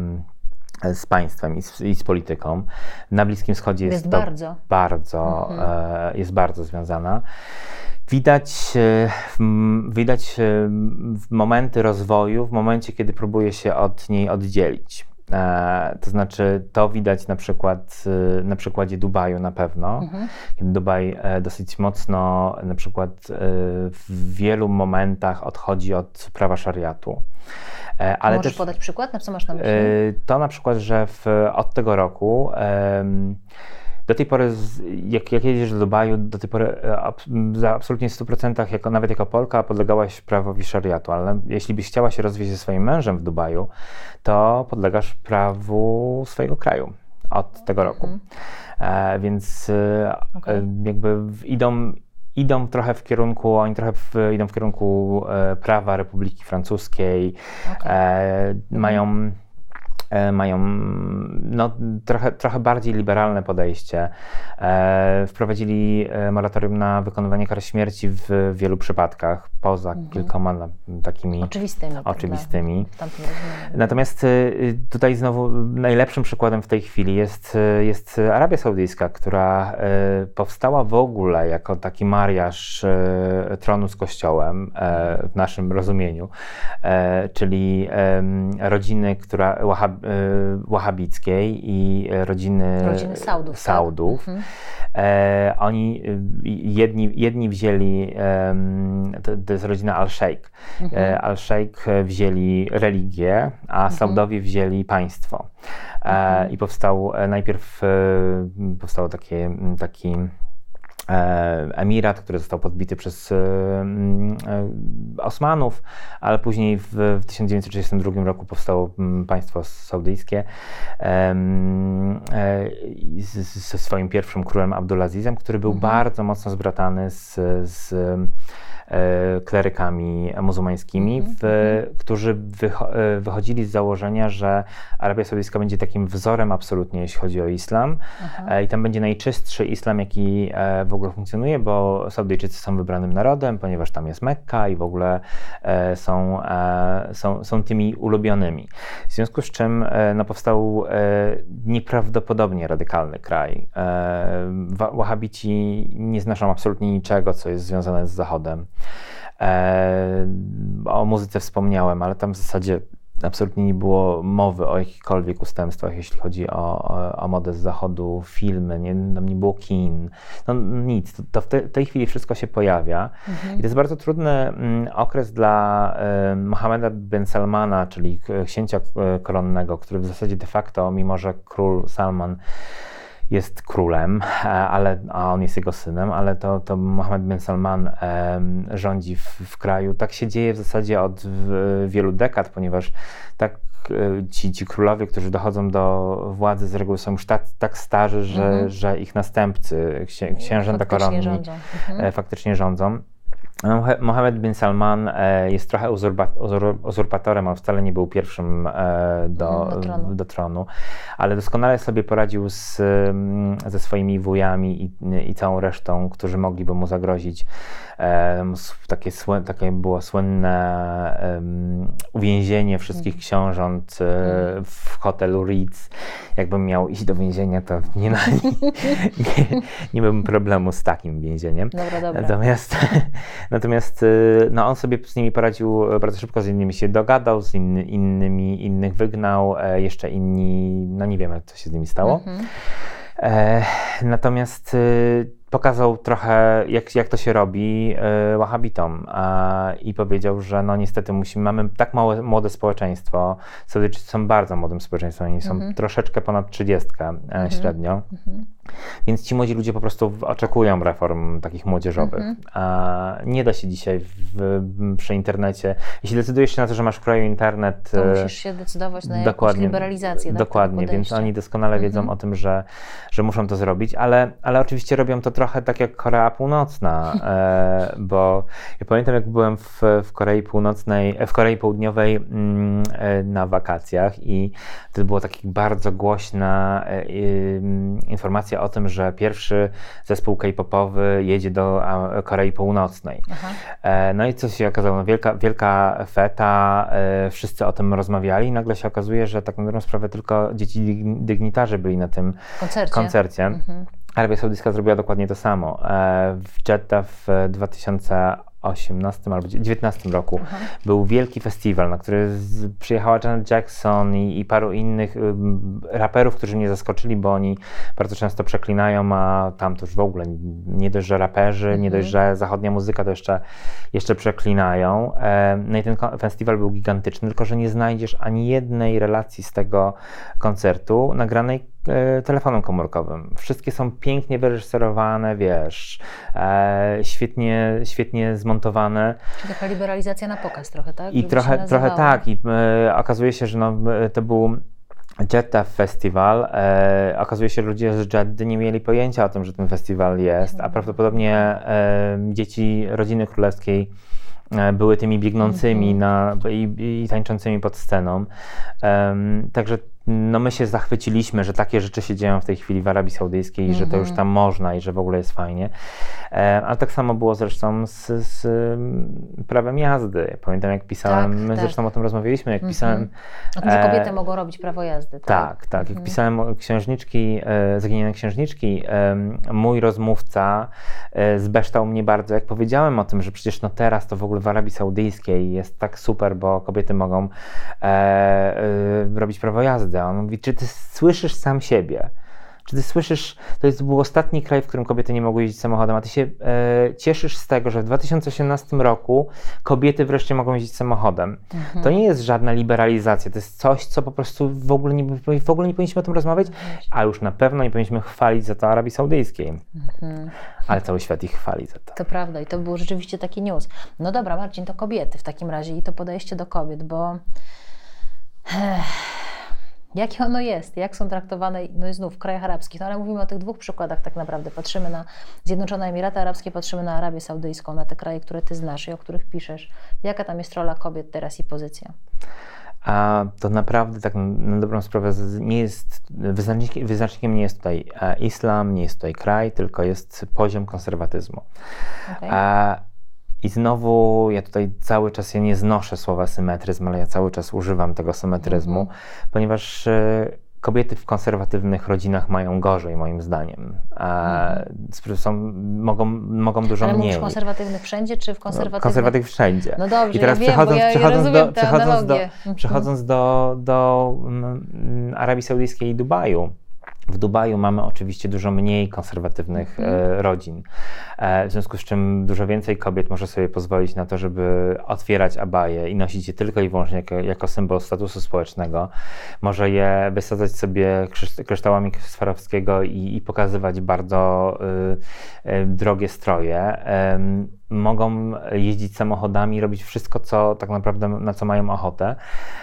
z państwem i z, i z polityką. Na Bliskim Wschodzie jest, jest to bardzo, bardzo, mm-hmm. e, jest bardzo związana. Widać, widać momenty rozwoju w momencie, kiedy próbuje się od niej oddzielić. E, to znaczy, to widać na przykład na przykładzie Dubaju na pewno, mhm. kiedy Dubaj e, dosyć mocno na przykład e, w wielu momentach odchodzi od prawa szariatu. E, ale Możesz też, podać przykład? Na co masz na myśli? E, to na przykład, że w, od tego roku e, do tej pory, jak, jak jedziesz do Dubaju, do tej pory ab, za absolutnie w stu procentach, jako, nawet jako Polka, podlegałaś prawowi szariatu, ale jeśli byś chciała się rozwieść ze swoim mężem w Dubaju, to podlegasz prawu swojego kraju od tego roku. Mhm. E, więc okay. e, jakby idą, idą trochę w kierunku, oni trochę w, idą w kierunku e, prawa Republiki Francuskiej, okay. e, mhm. mają mają no, trochę, trochę bardziej liberalne podejście. E, wprowadzili moratorium na wykonywanie kar śmierci w wielu przypadkach, poza mhm. kilkoma no, takimi oczywistymi. oczywistymi. Natomiast tutaj znowu najlepszym przykładem w tej chwili jest, jest Arabia Saudyjska, która e, powstała w ogóle jako taki mariaż e, tronu z kościołem e, w naszym rozumieniu, e, czyli e, rodziny, która Wahab, wahabickiej i rodziny, rodziny Saudów. Saudów. Tak? Mhm. E, oni jedni, jedni wzięli, e, to, to jest rodzina Al-Sheikh. Mhm. E, Al-Sheikh wzięli religię, a mhm. Saudowie wzięli państwo. E, mhm. I powstał najpierw e, powstał takie, taki emirat, który został podbity przez e, e, Osmanów, ale później w, w tysiąc dziewięćset trzydziestym drugim roku powstało państwo saudyjskie e, e, ze swoim pierwszym królem Abdulazizem, który był mhm. bardzo mocno zbratany z, z e, klerykami muzułmańskimi, mhm. w, którzy wycho wychodzili z założenia, że Arabia Saudyjska będzie takim wzorem absolutnie, jeśli chodzi o islam. E, I tam będzie najczystszy islam, jaki e, w ogóle funkcjonuje, bo Saudyjczycy są wybranym narodem, ponieważ tam jest Mekka i w ogóle e, są, e, są, są tymi ulubionymi. W związku z czym e, no, powstał e, nieprawdopodobnie radykalny kraj. E, Wahabici nie znoszą absolutnie niczego, co jest związane z Zachodem. E, o muzyce wspomniałem, ale tam w zasadzie absolutnie nie było mowy o jakichkolwiek ustępstwach, jeśli chodzi o, o, o modę z Zachodu, filmy, nie, tam nie było kin, no nic. To, to w te, tej chwili wszystko się pojawia mhm. i to jest bardzo trudny mm, okres dla y, Mohammeda bin Salmana, czyli księcia koronnego, który w zasadzie de facto, mimo że król Salman jest królem, ale, a on jest jego synem, ale to, to Mohammed bin Salman e, rządzi w, w kraju. Tak się dzieje w zasadzie od w, wielu dekad, ponieważ tak e, ci, ci królowie, którzy dochodzą do władzy, z reguły są już tak, tak starzy, że, mhm. że ich następcy, księ, księżęta koronni rządzą. Mhm. e, faktycznie rządzą. Mohammed bin Salman e, jest trochę uzurba, uzur, uzurpatorem, on wcale nie był pierwszym e, do, do, tronu. do tronu, ale doskonale sobie poradził z, ze swoimi wujami i, i całą resztą, którzy mogliby mu zagrozić. E, takie, takie było słynne um, uwięzienie wszystkich książąt e, w hotelu Ritz. Jakbym miał iść do więzienia, to nie, nie, nie, nie miałbym problemu z takim więzieniem. Dobra, dobra. Natomiast Natomiast no, on sobie z nimi poradził bardzo szybko, z innymi się dogadał, z inny, innymi innych wygnał, e, jeszcze inni, no nie wiemy, co się z nimi stało. Mm-hmm. e, natomiast e, pokazał trochę, jak, jak to się robi e, wahabitom e, i powiedział, że no niestety musimy, mamy tak małe, młode społeczeństwo, Saudyjczycy są bardzo młodym społeczeństwem, oni są mm-hmm. troszeczkę ponad trzydziestkę e, mm-hmm. średnio. Mm-hmm. Więc ci młodzi ludzie po prostu oczekują reform takich młodzieżowych. Mm-hmm. A nie da się dzisiaj w, w, przy internecie, jeśli decydujesz się na to, że masz w kraju internet... To musisz się decydować na jakąś liberalizację. Dokładnie, tak, więc oni doskonale mm-hmm. wiedzą o tym, że, że muszą to zrobić, ale, ale oczywiście robią to trochę tak jak Korea Północna, e, bo ja pamiętam, jak byłem w, w Korei Północnej, w Korei Południowej mm, e, na wakacjach i to była taka bardzo głośna e, e, informacja o tym, że pierwszy zespół K-popowy jedzie do Korei Północnej. E, no i co się okazało? No wielka, wielka feta, e, wszyscy o tym rozmawiali i nagle się okazuje, że tak na dobrą sprawę tylko dzieci dygnitarze byli na tym koncercie. koncercie. Mhm. Arabia Saudyjska zrobiła dokładnie to samo. E, w Jeddah w dwa tysiące osiemnastym albo dziewiętnastym roku Aha. był wielki festiwal, na który z, przyjechała Janet Jackson i, i paru innych y, raperów, którzy mnie zaskoczyli, bo oni bardzo często przeklinają, a tam to już w ogóle nie dość, że raperzy, mhm. nie dość, że zachodnia muzyka, to jeszcze, jeszcze przeklinają. E, no i ten festiwal był gigantyczny, tylko że nie znajdziesz ani jednej relacji z tego koncertu nagranej e, telefonem komórkowym. Wszystkie są pięknie wyreżyserowane, wiesz, e, świetnie, świetnie zmontowane. Czyli taka liberalizacja na pokaz trochę, tak? I Żeby trochę, trochę tak. I e, okazuje się, że no, to był Jeddah Festival. E, okazuje się, że ludzie z Jeddy nie mieli pojęcia o tym, że ten festiwal jest, a prawdopodobnie e, dzieci rodziny królewskiej były tymi biegnącymi na, i, i tańczącymi pod sceną. Um, także no my się zachwyciliśmy, że takie rzeczy się dzieją w tej chwili w Arabii Saudyjskiej, mm-hmm. że to już tam można i że w ogóle jest fajnie. E, ale tak samo było zresztą z, z prawem jazdy. Pamiętam, jak pisałem, tak, my tak. zresztą o tym rozmawialiśmy, jak mm-hmm. pisałem... O tym, że kobiety e, mogą robić prawo jazdy. Tak, tak. tak. Mm-hmm. Jak pisałem księżniczki, e, Zaginione księżniczki, e, mój rozmówca e, zbeształ mnie bardzo, jak powiedziałem o tym, że przecież no teraz to w ogóle w Arabii Saudyjskiej jest tak super, bo kobiety mogą e, e, robić prawo jazdy. A on mówi, czy ty słyszysz sam siebie? Czy ty słyszysz, to jest, był ostatni kraj, w którym kobiety nie mogły jeździć samochodem, a ty się e, cieszysz z tego, że w dwa tysiące osiemnastym roku kobiety wreszcie mogą jeździć samochodem. Mhm. To nie jest żadna liberalizacja, to jest coś, co po prostu w ogóle nie, w ogóle nie powinniśmy o tym rozmawiać, a już na pewno nie powinniśmy chwalić za to Arabii Saudyjskiej. Mhm. Ale cały świat ich chwali za to. To prawda i to był rzeczywiście taki news. No dobra, Marcin, to kobiety w takim razie i to podejście do kobiet, bo... Jakie ono jest, jak są traktowane, no i znów w krajach arabskich, no ale mówimy o tych dwóch przykładach tak naprawdę. Patrzymy na Zjednoczone Emiraty Arabskie, patrzymy na Arabię Saudyjską, na te kraje, które ty znasz i o których piszesz. Jaka tam jest rola kobiet teraz i pozycja? A to naprawdę tak na dobrą sprawę nie jest, wyznacznikiem, wyznacznikiem nie jest tutaj islam, nie jest tutaj kraj, tylko jest poziom konserwatyzmu. Okay. A, I znowu ja tutaj cały czas, ja nie znoszę słowa symetryzm, ale ja cały czas używam tego symetryzmu, mm-hmm. ponieważ y, kobiety w konserwatywnych rodzinach mają gorzej, moim zdaniem. Mm-hmm. Są, mogą, mogą dużo ale mniej. Ale mówisz konserwatywnych wszędzie, czy w konserwatywnych? Konserwatywnych wszędzie. No dobrze, I teraz ja wiem, przechodząc, ja, przechodząc, ja do, przechodząc, do, mm-hmm. przechodząc do, do um, Arabii Saudyjskiej i Dubaju. W Dubaju mamy oczywiście dużo mniej konserwatywnych mm. e, rodzin, e, w związku z czym dużo więcej kobiet może sobie pozwolić na to, żeby otwierać abaje i nosić je tylko i wyłącznie jako, jako symbol statusu społecznego. Może je wysadzać sobie kryształami Swarowskiego i, i pokazywać bardzo y, y, drogie stroje. Y, mogą jeździć samochodami, robić wszystko, co tak naprawdę na co mają ochotę.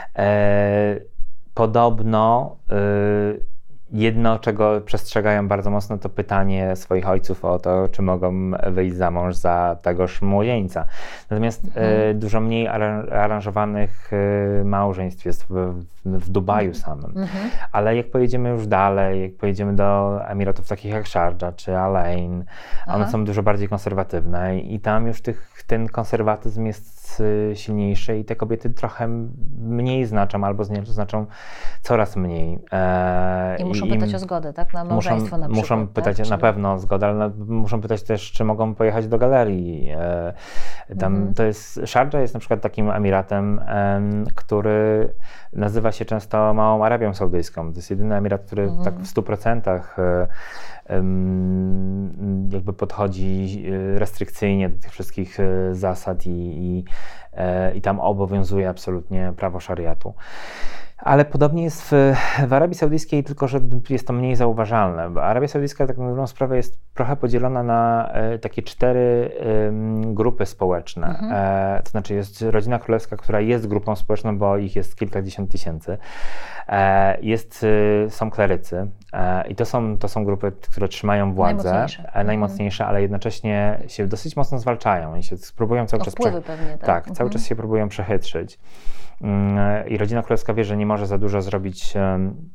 Y, podobno y, Jedno, czego przestrzegają bardzo mocno, to pytanie swoich ojców o to, czy mogą wyjść za mąż za tegoż młodzieńca. Natomiast mhm. y, dużo mniej aran- aranżowanych y, małżeństw jest w, w Dubaju samym. Mhm. Ale jak pojedziemy już dalej, jak pojedziemy do Emiratów takich jak Sharjah czy Al Ain, Aha. one są dużo bardziej konserwatywne i tam już tych, ten konserwatyzm jest silniejszy i te kobiety trochę mniej znaczą albo znaczą coraz mniej. E, I muszą i, pytać o zgodę, tak? Na małżeństwo muszą, na przykład. Muszą pytać tak? na pewno o zgodę, ale muszą pytać też, czy mogą pojechać do galerii. E, tam mhm. to jest, Sharjah jest na przykład takim emiratem, e, który nazywa się często Małą Arabią Saudyjską. To jest jedyny emirat, który mhm. tak w stu procentach e, jakby podchodzi restrykcyjnie do tych wszystkich zasad i, i, i tam obowiązuje absolutnie prawo szariatu. Ale podobnie jest w, w Arabii Saudyjskiej, tylko że jest to mniej zauważalne. Bo Arabia Saudyjska tak na dobrą sprawę jest trochę podzielona na e, takie cztery e, grupy społeczne. Mhm. E, to znaczy jest rodzina królewska, która jest grupą społeczną, bo ich jest kilkadziesiąt tysięcy. E, jest, e, są klerycy e, i to są, to są grupy, które trzymają władzę. Najmocniejsze. E, najmocniejsze, ale jednocześnie się dosyć mocno zwalczają i się próbują cały o czas... Wpływy prze... pewnie, tak. Tak, mhm. cały czas się próbują przechytrzyć. I rodzina królewska wie, że nie może za dużo zrobić e,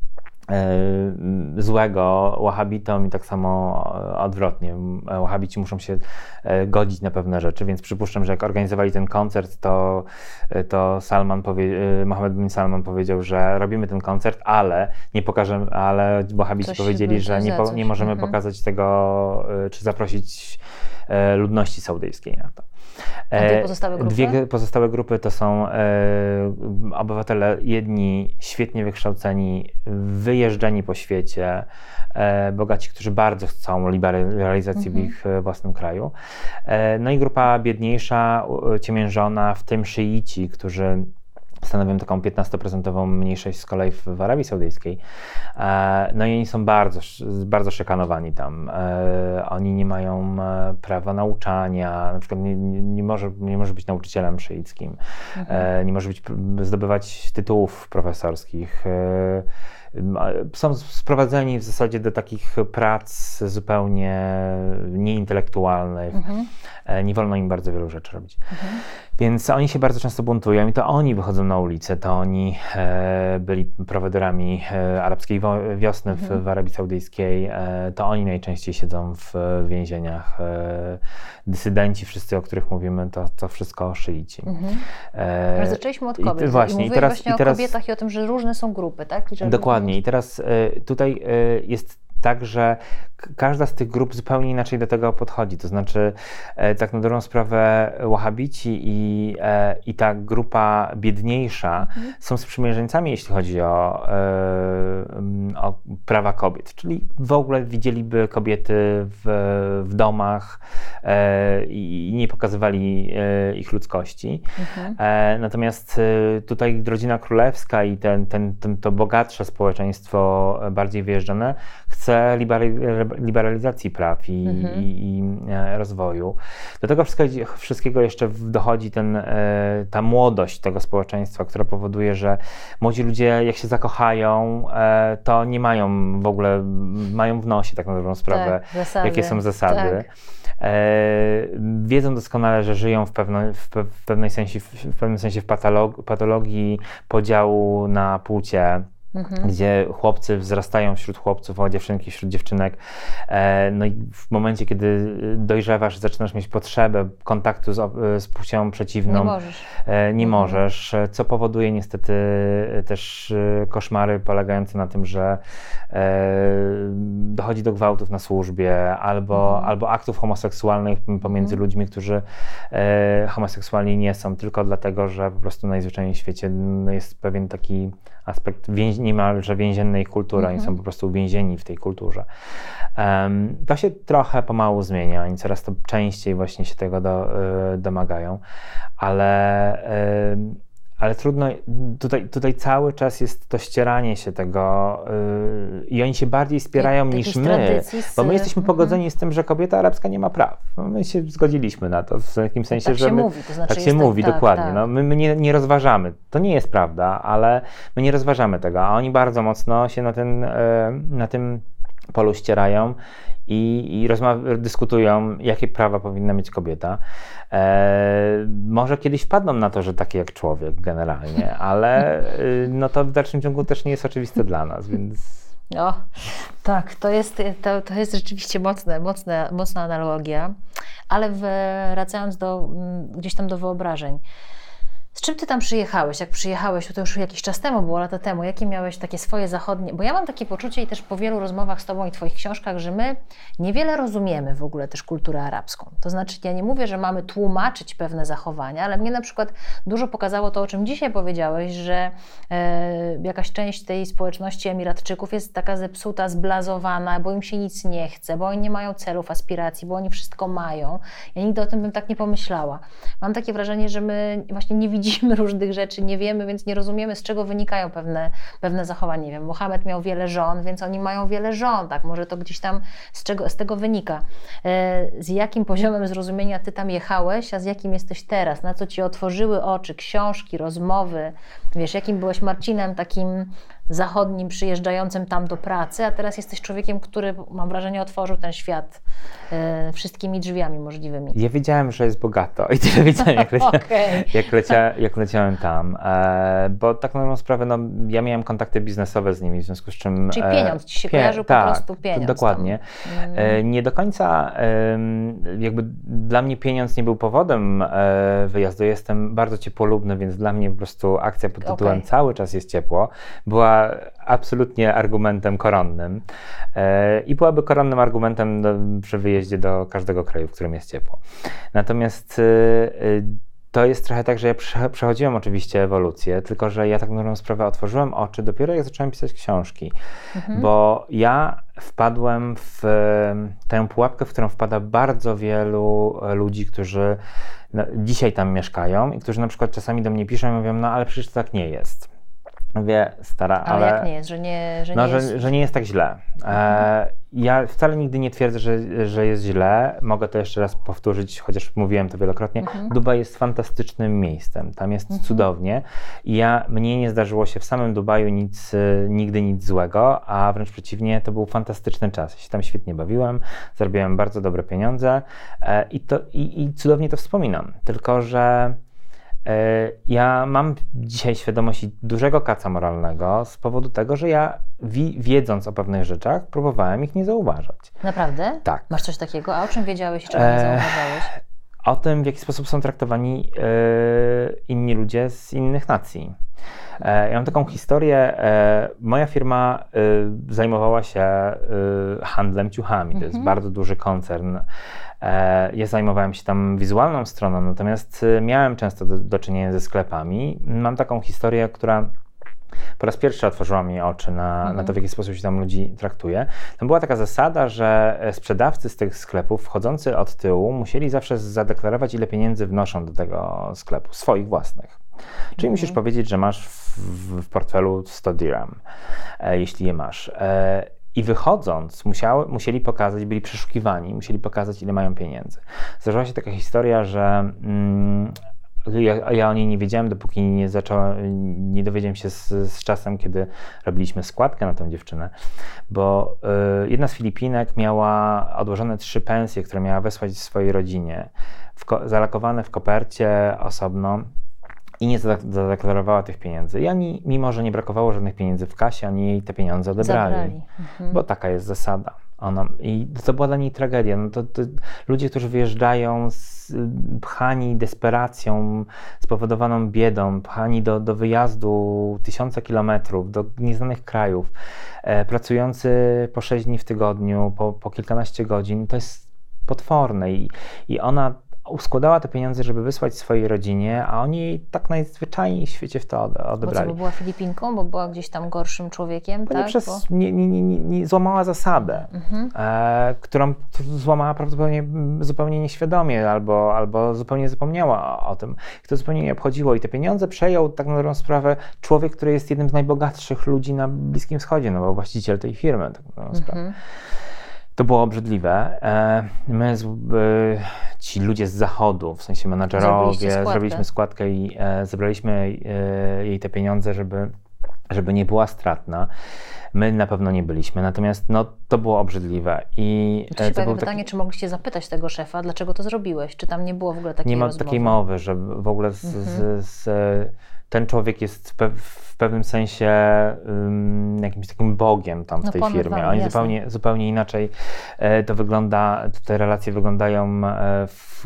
e, złego wahabitom i tak samo odwrotnie. Wahabici muszą się e, godzić na pewne rzeczy, więc przypuszczam, że jak organizowali ten koncert, to, to Salman powie, Mohammed bin Salman powiedział, że robimy ten koncert, ale nie pokażemy, ale wahabici coś powiedzieli, że nie, po, nie możemy mhm. pokazać tego, czy zaprosić e, ludności saudyjskiej na to. A dwie pozostałe grupy? Dwie pozostałe grupy to są e, obywatele jedni świetnie wykształceni, wyjeżdżeni po świecie, e, bogaci, którzy bardzo chcą liberalizacji mhm. w ich własnym kraju. E, no i grupa biedniejsza, ciemiężona, w tym szyici, którzy stanowią taką piętnastoprocentową mniejszość z kolei w, w Arabii Saudyjskiej. E, no i oni są bardzo, bardzo szykanowani tam. E, oni nie mają e, prawa nauczania, na przykład nie, nie, nie, może, nie może być nauczycielem szyickim, mhm. e, nie może być, zdobywać tytułów profesorskich. E, są sprowadzeni w zasadzie do takich prac zupełnie nieintelektualnych. Mhm. Nie wolno im bardzo wielu rzeczy robić. Mhm. Więc oni się bardzo często buntują i to oni wychodzą na ulicę, to oni e, byli prowodyrami e, arabskiej wiosny mhm. w, w Arabii Saudyjskiej, e, to oni najczęściej siedzą w więzieniach. E, dysydenci, wszyscy, o których mówimy, to, to wszystko szyici. Mhm. E, Ale zaczęliśmy od kobiet i, właśnie, i, i teraz, właśnie i teraz, o kobietach i o tym, że różne są grupy, tak? I że dokładnie. I teraz e, tutaj e, jest tak, że każda z tych grup zupełnie inaczej do tego podchodzi. To znaczy, e, tak na dobrą sprawę, Wahabici i, e, i ta grupa biedniejsza mhm. są sprzymierzeńcami, jeśli chodzi o, e, o prawa kobiet. Czyli w ogóle widzieliby kobiety w, w domach e, i nie pokazywali e, ich ludzkości. Mhm. E, natomiast e, tutaj rodzina królewska i ten, ten, ten, to bogatsze społeczeństwo, bardziej wyjeżdżone, chce liberalizacji praw i, mhm. i, i rozwoju. Do tego wszystkiego, wszystkiego jeszcze dochodzi ten, ta młodość tego społeczeństwa, która powoduje, że młodzi ludzie jak się zakochają, to nie mają w ogóle, mają w nosie tak na dobrą sprawę, tak, zasady. Jakie są zasady. Tak. Wiedzą doskonale, że żyją w, pewno, w, w, pewnej sensie, w pewnym sensie w patologii, patologii podziału na płcie. Mhm. Gdzie chłopcy wzrastają wśród chłopców, a dziewczynki wśród dziewczynek. E, no i w momencie, kiedy dojrzewasz, zaczynasz mieć potrzebę kontaktu z, z płcią przeciwną, nie możesz, e, nie mhm. możesz, co powoduje niestety też koszmary polegające na tym, że e, dochodzi do gwałtów na służbie albo, mhm. albo aktów homoseksualnych pomiędzy mhm. ludźmi, którzy e, homoseksualni nie są, tylko dlatego, że po prostu najzwyczajniej w świecie no, jest pewien taki aspekt więź, niemalże więziennej kultury, oni mm-hmm. są po prostu uwięzieni w tej kulturze. Um, to się trochę pomału zmienia, oni coraz to częściej właśnie się tego do, y, domagają, ale, y, ale trudno, tutaj, tutaj cały czas jest to ścieranie się tego y, i oni się bardziej spierają I, niż my, bo my jesteśmy mm-hmm. pogodzeni z tym, że kobieta arabska nie ma praw. My się zgodziliśmy na to w takim sensie, tak że się my, mówi, to znaczy tak się mówi, tak, dokładnie. Tak. No, my my nie, nie rozważamy. To nie jest prawda, ale my nie rozważamy tego, a oni bardzo mocno się na, ten, na tym polu ścierają i, i rozmawia, dyskutują, jakie prawa powinna mieć kobieta. E, może kiedyś wpadną na to, że takie jak człowiek generalnie, ale no to w dalszym ciągu też nie jest oczywiste dla nas, więc... No, tak, to jest, to, to jest rzeczywiście mocne, mocne, mocna analogia, ale wracając do, gdzieś tam do wyobrażeń. Z czym ty tam przyjechałeś? Jak przyjechałeś, to już jakiś czas temu, było lata temu, jakie miałeś takie swoje zachodnie, bo ja mam takie poczucie i też po wielu rozmowach z tobą i twoich książkach, że my niewiele rozumiemy w ogóle też kulturę arabską. To znaczy, ja nie mówię, że mamy tłumaczyć pewne zachowania, ale mnie na przykład dużo pokazało to, o czym dzisiaj powiedziałeś, że e, jakaś część tej społeczności Emiratczyków jest taka zepsuta, zblazowana, bo im się nic nie chce, bo oni nie mają celów, aspiracji, bo oni wszystko mają. Ja nigdy o tym bym tak nie pomyślała. Mam takie wrażenie, że my właśnie nie widzimy Widzimy różnych rzeczy, nie wiemy, więc nie rozumiemy, z czego wynikają pewne, pewne zachowania. Nie wiem, Mohamed miał wiele żon, więc oni mają wiele żon, tak? Może to gdzieś tam z, czego, z tego wynika. E, z jakim poziomem zrozumienia ty tam jechałeś, a z jakim jesteś teraz? Na co ci otworzyły oczy, książki, rozmowy? Wiesz, jakim byłeś Marcinem takim zachodnim, przyjeżdżającym tam do pracy, a teraz jesteś człowiekiem, który, mam wrażenie, otworzył ten świat e, wszystkimi drzwiami możliwymi. Ja wiedziałem, że jest bogato i tyle wiedziałem, jak, lecia, okay. jak, lecia, jak leciałem tam, e, bo tak na dobrą sprawę, no, ja miałem kontakty biznesowe z nimi, w związku z czym... Czyli pieniądz ci się pie, kojarzył tak, po prostu pieniądz. Dokładnie. E, nie do końca, e, jakby dla mnie pieniądz nie był powodem e, wyjazdu, jestem bardzo ciepłolubny, więc dla mnie po prostu akcja pod tytułem okay. Cały czas jest ciepło była absolutnie argumentem koronnym e, i byłaby koronnym argumentem do, przy wyjeździe do każdego kraju, w którym jest ciepło. Natomiast e, to jest trochę tak, że ja prze, przechodziłem oczywiście ewolucję, tylko że ja tak na dobrą sprawę otworzyłem oczy dopiero jak zacząłem pisać książki, mhm. bo ja wpadłem w tę pułapkę, w którą wpada bardzo wielu ludzi, którzy no, dzisiaj tam mieszkają i którzy na przykład czasami do mnie piszą i mówią, no ale przecież to tak nie jest. Mówię, stara, ale... Ale jak nie jest, że nie, że no, nie że, jest... że nie jest tak źle. E, ja wcale nigdy nie twierdzę, że, że jest źle. Mogę to jeszcze raz powtórzyć, chociaż mówiłem to wielokrotnie. Mhm. Dubaj jest fantastycznym miejscem. Tam jest mhm. cudownie. I ja, mnie nie zdarzyło się w samym Dubaju nic, nigdy nic złego, a wręcz przeciwnie, to był fantastyczny czas. Ja się tam świetnie bawiłem, zarobiłem bardzo dobre pieniądze e, i, to, i, i cudownie to wspominam. Tylko że ja mam dzisiaj świadomość dużego kaca moralnego z powodu tego, że ja wi- wiedząc o pewnych rzeczach, próbowałem ich nie zauważać. Naprawdę? Tak. Masz coś takiego? A o czym wiedziałeś i czego nie zauważałeś? O tym, w jaki sposób są traktowani e, inni ludzie z innych nacji. E, ja mam taką historię, e, moja firma e, zajmowała się e, handlem ciuchami, to jest mhm. bardzo duży koncern. E, ja zajmowałem się tam wizualną stroną, natomiast e, miałem często do, do czynienia ze sklepami. Mam taką historię, która po raz pierwszy otworzyła mi oczy na, mhm. na to, w jaki sposób się tam ludzi traktuje. Tam była taka zasada, że sprzedawcy z tych sklepów wchodzący od tyłu musieli zawsze zadeklarować, ile pieniędzy wnoszą do tego sklepu, swoich własnych. Czyli mhm. musisz powiedzieć, że masz w, w portfelu sto dirham, e, jeśli je masz. E, I wychodząc, musiały, musieli pokazać, byli przeszukiwani, musieli pokazać, ile mają pieniędzy. Zdarzyła się taka historia, że mm, ja, ja o niej nie wiedziałem, dopóki nie zacząłem, nie dowiedziałem się z, z czasem, kiedy robiliśmy składkę na tę dziewczynę, bo y, jedna z Filipinek miała odłożone trzy pensje, które miała wysłać swojej rodzinie, w ko- zalakowane w kopercie osobno. I nie zadeklarowała tych pieniędzy. I oni, mimo że nie brakowało żadnych pieniędzy w kasie, oni jej te pieniądze odebrali. Zabrali. Mhm. Bo taka jest zasada. Ona, I to była dla niej tragedia. No to, to ludzie, którzy wyjeżdżają z, pchani desperacją, spowodowaną biedą, pchani do, do wyjazdu tysiące kilometrów, do nieznanych krajów, e, pracujący po sześć dni w tygodniu, po, po kilkanaście godzin, to jest potworne. I, i ona uskładała te pieniądze, żeby wysłać swojej rodzinie, a oni jej tak najzwyczajniej w świecie w to odebrali. Bo co, bo była Filipinką, bo była gdzieś tam gorszym człowiekiem, bo tak? Nie, przez, bo... nie, nie, nie, nie złamała zasadę, mhm. e, którą złamała prawdopodobnie zupełnie nieświadomie albo, albo zupełnie zapomniała o, o tym. I to zupełnie nie obchodziło. I te pieniądze przejął tak na dobrą sprawę człowiek, który jest jednym z najbogatszych ludzi na Bliskim Wschodzie, no bo właściciel tej firmy. Tak na dobrą sprawę. Mhm. To było obrzydliwe. My, ci ludzie z zachodu, w sensie menadżerowie, zrobiliśmy składkę i zebraliśmy jej te pieniądze, żeby, żeby nie była stratna. My na pewno nie byliśmy, natomiast no, to było obrzydliwe. I to się pojawia pytanie, taki... czy mogliście zapytać tego szefa, dlaczego to zrobiłeś? Czy tam nie było w ogóle takiej Nie ma rozmowy? takiej mowy, że w ogóle z, mhm. z, z, ten człowiek jest w, pe- w pewnym sensie um, jakimś takim bogiem tam w no, tej firmie. Wam, Oni zupełnie, zupełnie inaczej e, to wygląda, te relacje wyglądają e, w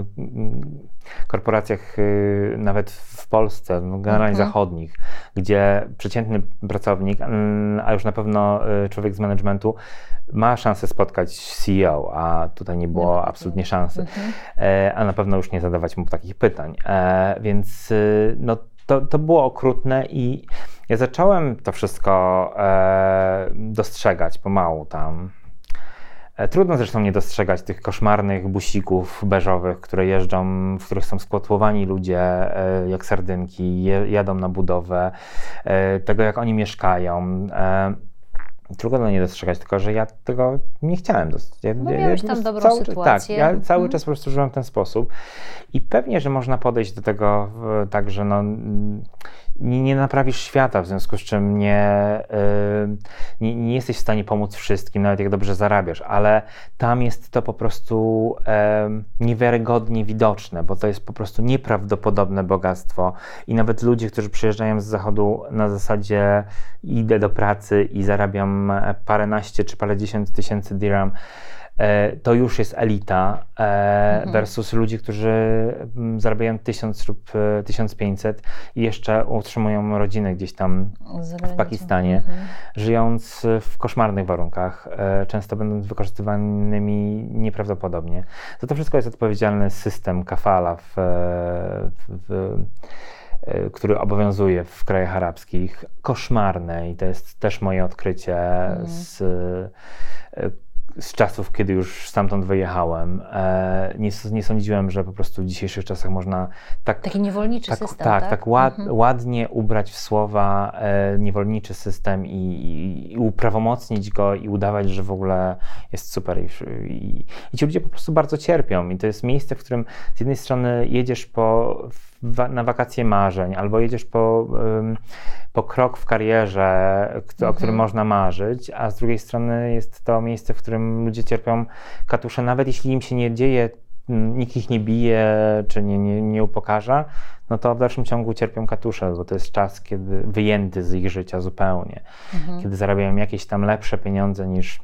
e, korporacjach e, nawet w Polsce, generalnie mhm. zachodnich, gdzie przeciętny pracownik, a już na pewno e, człowiek z managementu ma szansę spotkać C E O, a tutaj nie było nie absolutnie nie. szansy, mhm. e, a na pewno już nie zadawać mu takich pytań. E, więc e, no To, to było okrutne i ja zacząłem to wszystko e, dostrzegać pomału tam. E, trudno zresztą nie dostrzegać tych koszmarnych busików beżowych, które jeżdżą, w których są skotłowani ludzie e, jak sardynki, je, jadą na budowę, e, tego jak oni mieszkają. E, Trudno nie dostrzegać, tylko że ja tego nie chciałem dostrzegać. Ja, no miałeś ja tam dobrą cały, sytuację. Tak, ja cały hmm. czas po prostu żyłem w ten sposób i pewnie, że można podejść do tego w, tak, że no, nie, nie naprawisz świata, w związku z czym nie, yy, nie, nie jesteś w stanie pomóc wszystkim, nawet jak dobrze zarabiasz, ale tam jest to po prostu yy, niewiarygodnie widoczne, bo to jest po prostu nieprawdopodobne bogactwo i nawet ludzie, którzy przyjeżdżają z zachodu na zasadzie idę do pracy i zarabiam paręnaście czy parędziesiąt tysięcy dirham, to już jest elita mhm. versus ludzie, którzy zarabiają tysiąc lub tysiąc pięćset i jeszcze utrzymują rodzinę gdzieś tam w Pakistanie, mhm. żyjąc w koszmarnych warunkach, często będąc wykorzystywanymi nieprawdopodobnie. Za to wszystko jest odpowiedzialny system kafala, w, w, w, który obowiązuje w krajach arabskich. Koszmarne i to jest też moje odkrycie mhm. z z czasów, kiedy już stamtąd wyjechałem. E, nie, nie sądziłem, że po prostu w dzisiejszych czasach można tak... Taki niewolniczy tak, system, tak? tak? Tak, ład, mhm. ładnie ubrać w słowa e, niewolniczy system i, i, i uprawomocnić go i udawać, że w ogóle jest super. I, i, I ci ludzie po prostu bardzo cierpią. I to jest miejsce, w którym z jednej strony jedziesz po, w, na wakacje marzeń, albo jedziesz po, um, po krok w karierze, o którym mhm. można marzyć, a z drugiej strony jest to miejsce, w którym ludzie cierpią katusze, nawet jeśli im się nie dzieje, nikt ich nie bije, czy nie, nie, nie upokarza, no to w dalszym ciągu cierpią katusze, bo to jest czas, kiedy wyjęty z ich życia zupełnie, mhm. kiedy zarabiają jakieś tam lepsze pieniądze niż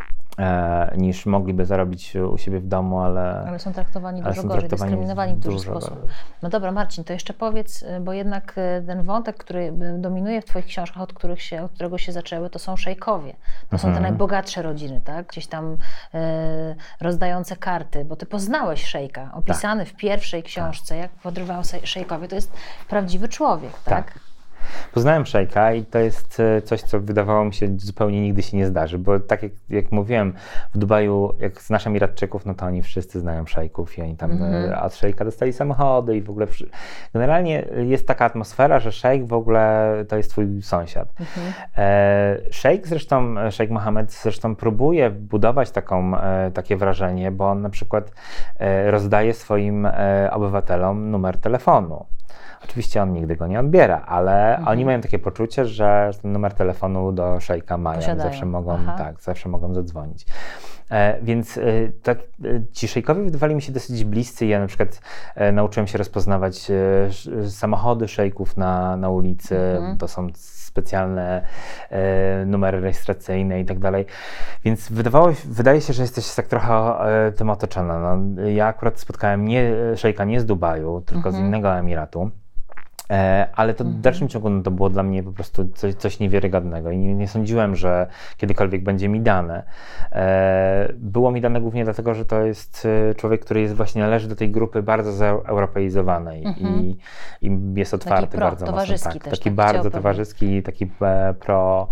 E, niż mogliby zarobić u siebie w domu, ale... Ale są traktowani dużo są gorzej, traktowani dyskryminowani w duży dużo sposób. gorzej. No dobra, Marcin, to jeszcze powiedz, bo jednak ten wątek, który dominuje w twoich książkach, od, których się, od którego się zaczęły, to są szejkowie. To są te Mhm. najbogatsze rodziny, tak? Gdzieś tam e, rozdające karty, bo ty poznałeś szejka, opisany tak. w pierwszej książce, tak. jak podrywał szejkowie. To jest prawdziwy człowiek, tak? tak. Poznałem szejka i to jest coś, co wydawało mi się zupełnie nigdy się nie zdarzy, bo tak jak, jak mówiłem, w Dubaju, jak znasz Emiratczyków, no to oni wszyscy znają szejków i oni tam mm-hmm. od szejka dostali samochody i w ogóle... Generalnie jest taka atmosfera, że szejk w ogóle to jest twój sąsiad. Mm-hmm. E, szejk zresztą, szejk Mohammed zresztą próbuje budować taką, e, takie wrażenie, bo on na przykład e, rozdaje swoim e, obywatelom numer telefonu. Oczywiście on nigdy go nie odbiera, ale mhm. oni mają takie poczucie, że ten numer telefonu do szejka mają, Posiadają. zawsze mogą, Aha. tak, zawsze mogą zadzwonić. E, więc e, tak, e, ci szejkowie wydawali mi się dosyć bliscy. Ja na przykład e, nauczyłem się rozpoznawać e, samochody szejków na, na ulicy. Mhm. To są specjalne e, numery rejestracyjne i tak dalej. Więc wydawało, wydaje się, że jesteś tak trochę e, tym otoczona. No, ja akurat spotkałem nie, szejka nie z Dubaju, tylko mhm. z innego emiratu. E, ale to w dalszym ciągu no, to było dla mnie po prostu coś, coś niewiarygodnego i nie, nie sądziłem, że kiedykolwiek będzie mi dane. E, było mi dane głównie dlatego, że to jest człowiek, który jest właśnie należy do tej grupy bardzo zaeuropeizowanej mhm. i, i jest otwarty taki pro, bardzo towarzyski mocno. Tak, też, taki tak bardzo towarzyski, taki e, pro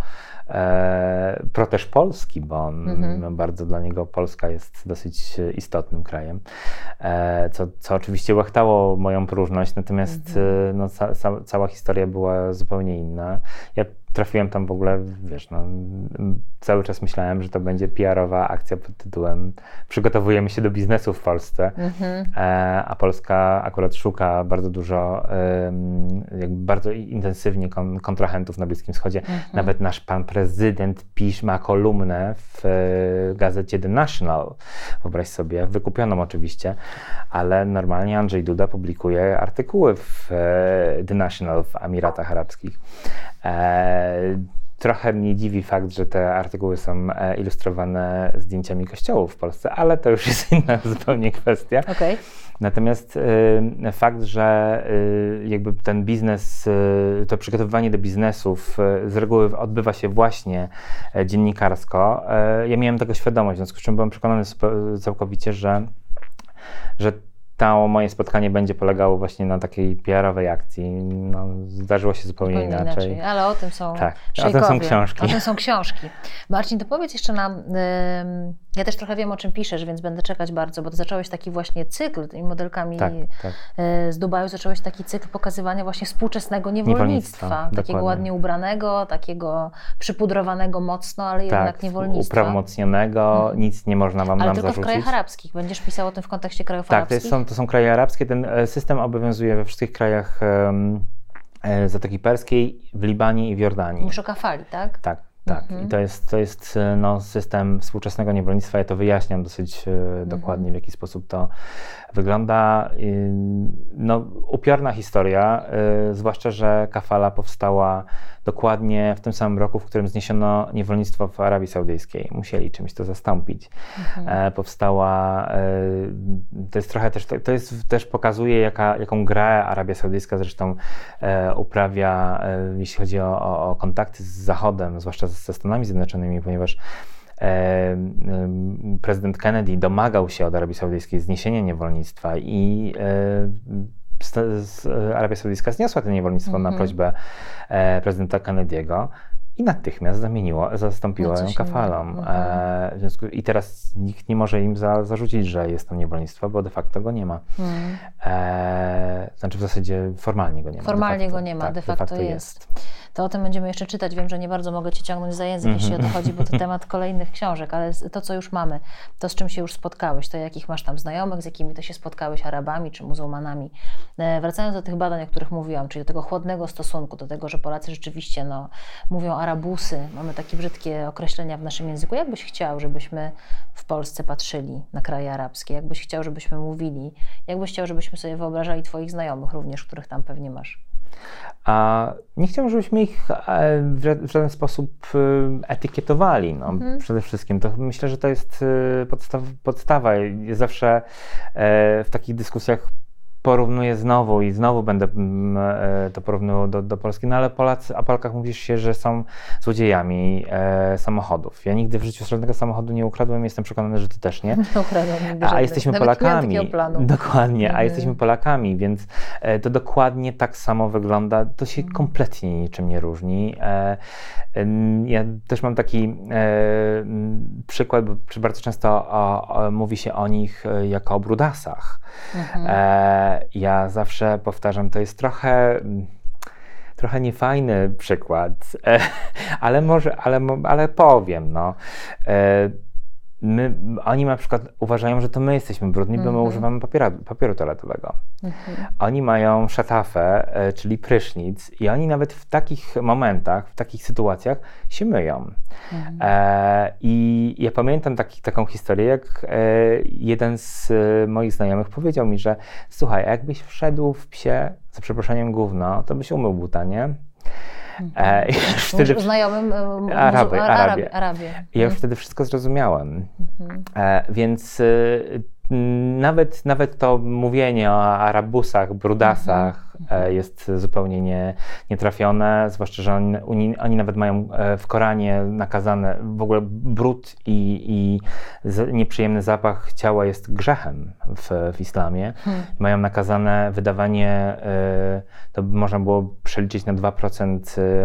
E, pro też Polski, bo on, mm-hmm. no, bardzo dla niego Polska jest dosyć istotnym krajem, e, co, co oczywiście łachtało moją próżność, natomiast mm-hmm. no, ca, ca, cała historia była zupełnie inna. Ja trafiłem tam w ogóle, wiesz, no, cały czas myślałem, że to będzie P R-owa akcja pod tytułem przygotowujemy się do biznesu w Polsce, mm-hmm. e, a Polska akurat szuka bardzo dużo, e, jakby bardzo intensywnie kon, kontrahentów na Bliskim Wschodzie. Mm-hmm. Nawet nasz pan prezydent pisz, ma kolumnę w e, gazecie The National, wyobraź sobie, wykupioną oczywiście, ale normalnie Andrzej Duda publikuje artykuły w e, The National w Emiratach Arabskich. E, Trochę mnie dziwi fakt, że te artykuły są ilustrowane zdjęciami kościołów w Polsce, ale to już jest inna zupełnie kwestia. Okay. Natomiast y, fakt, że y, jakby ten biznes, y, to przygotowywanie do biznesów y, z reguły odbywa się właśnie y, dziennikarsko, y, ja miałem tego świadomość, w związku z czym byłem przekonany całkowicie, że, że to moje spotkanie będzie polegało właśnie na takiej P R-owej akcji. No, zdarzyło się zupełnie, zupełnie inaczej. inaczej. Ale o tym są tak, szejkowie. O tym są książki. O tym są książki. Marcin, to powiedz jeszcze nam, y, ja też trochę wiem, o czym piszesz, więc będę czekać bardzo, bo ty zacząłeś taki właśnie cykl tymi modelkami tak, tak. Y, z Dubaju, zacząłeś taki cykl pokazywania właśnie współczesnego niewolnictwa. niewolnictwa takiego dokładnie. Ładnie ubranego, takiego przypudrowanego mocno, ale tak, jednak niewolnictwa. Uprawomocnionego, hmm. nic nie można wam ale nam tylko zarzucić. w krajach arabskich. Będziesz pisał o tym w kontekście krajów tak, arabskich? Tak, to, to są kraje arabskie. Ten system obowiązuje we wszystkich krajach um, Zatoki Perskiej, w Libanie i w Jordanii. Mówisz o kafali, tak? Tak, tak. Mhm. I to jest, to jest no, system współczesnego niewolnictwa. Ja to wyjaśniam dosyć mhm. dokładnie, w jaki sposób to wygląda. No, upiorna historia, y, zwłaszcza, że kafala powstała dokładnie w tym samym roku, w którym zniesiono niewolnictwo w Arabii Saudyjskiej. Musieli czymś to zastąpić. Mhm. E, powstała, e, to jest trochę też, to jest też pokazuje, jaka, jaką grę Arabia Saudyjska zresztą e, uprawia, e, jeśli chodzi o, o, o kontakty z Zachodem, zwłaszcza ze Stanami Zjednoczonymi, ponieważ E, prezydent Kennedy domagał się od Arabii Saudyjskiej zniesienia niewolnictwa i e, Arabia Saudyjska zniosła to niewolnictwo mm-hmm. na prośbę e, prezydenta Kennedy'ego i natychmiast zamieniło, zastąpiło ją kafalą. Mhm. E, w związku, I teraz nikt nie może im za, zarzucić, że jest to niewolnictwo, bo de facto go nie ma. Mhm. E, znaczy w zasadzie formalnie go nie ma. Formalnie facto, go nie ma, tak, de facto, de facto jest. jest. To o tym będziemy jeszcze czytać. Wiem, że nie bardzo mogę Cię ciągnąć za język, jeśli o to chodzi, bo to temat kolejnych książek, ale to, co już mamy, to z czym się już spotkałeś, to jakich masz tam znajomych, z jakimi to się spotkałeś, Arabami czy muzułmanami. E, wracając do tych badań, o których mówiłam, czyli do tego chłodnego stosunku, do tego, że Polacy rzeczywiście no, mówią arabusy, mamy takie brzydkie określenia w naszym języku. Jak byś chciał, żebyśmy w Polsce patrzyli na kraje arabskie? Jak byś chciał, żebyśmy mówili? Jak byś chciał, żebyśmy sobie wyobrażali Twoich znajomych również, których tam pewnie masz? A nie chciałbym, żebyśmy ich w żaden sposób etykietowali. No, mhm. Przede wszystkim to myślę, że to jest podstaw, podstawa. Ja zawsze w takich dyskusjach porównuję znowu i znowu będę to porównywał do, do Polski, no ale Polacy, o Polkach mówisz się, że są złodziejami e, samochodów. Ja nigdy w życiu żadnego samochodu nie ukradłem, jestem przekonany, że ty też nie. Nie ukradłem nigdy. A jesteśmy Nawet Polakami. Dokładnie, mhm. a jesteśmy Polakami, więc e, to dokładnie tak samo wygląda. To się mhm. kompletnie niczym nie różni. E, e, ja też mam taki e, przykład, bo bardzo często o, o, mówi się o nich jako o brudasach. Mhm. E, Ja zawsze powtarzam, to jest trochę, trochę niefajny przykład, ale może, ale, ale powiem, no. My, oni na przykład uważają, że to my jesteśmy brudni, mm-hmm. bo my używamy papiera, papieru toaletowego. Mm-hmm. Oni mają szatafę, e, czyli prysznic i oni nawet w takich momentach, w takich sytuacjach się myją. Mm-hmm. E, I ja pamiętam taki, taką historię, jak e, jeden z e, moich znajomych powiedział mi, że słuchaj, jakbyś wszedł w psie, za przeproszeniem gówno, to byś umył buta, nie? E, I już wtedy znajomym um, Araby, Arabie. Arabie. Arabie. I ja już wtedy wszystko zrozumiałem. Mhm. E, więc y, nawet, nawet to mówienie o arabusach, brudasach mhm. e, jest zupełnie nie, nietrafione, zwłaszcza, że oni, oni, oni nawet mają w Koranie nakazane, w ogóle brud i, i z, nieprzyjemny zapach ciała jest grzechem w, w islamie. Hmm. Mają nakazane wydawanie, y, to można było przeliczyć na dwa procent y,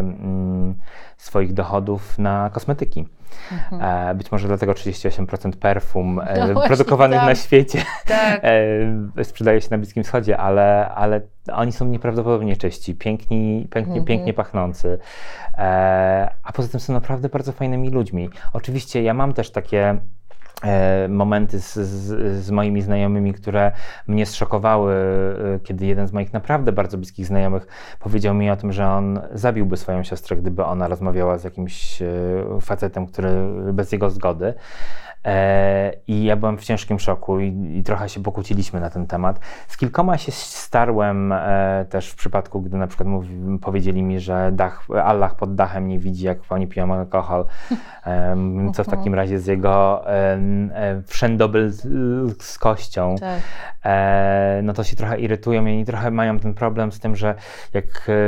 swoich dochodów na kosmetyki. Mhm. E, być może dlatego trzydzieści osiem procent perfum e, no produkowanych tak. na świecie tak. e, sprzedaje się na Bliskim Wschodzie, ale, ale oni są nieprawdopodobnie czyści, piękni, pięknie, mhm. pięknie pachnący, e, a poza tym są naprawdę bardzo fajnymi ludźmi. Oczywiście ja mam też takie E, momenty z, z, z moimi znajomymi, które mnie zszokowały, e, kiedy jeden z moich naprawdę bardzo bliskich znajomych powiedział mi o tym, że on zabiłby swoją siostrę, gdyby ona rozmawiała z jakimś e, facetem, który bez jego zgody. E, I ja byłem w ciężkim szoku i, i trochę się pokłóciliśmy na ten temat. Z kilkoma się starłem e, też w przypadku, gdy na przykład mówi, powiedzieli mi, że dach, Allah pod dachem nie widzi, jak oni piją alkohol. E, co w takim razie z jego e, e, wszędobylskością. Tak. E, no to się trochę irytują i oni trochę mają ten problem z tym, że jak e,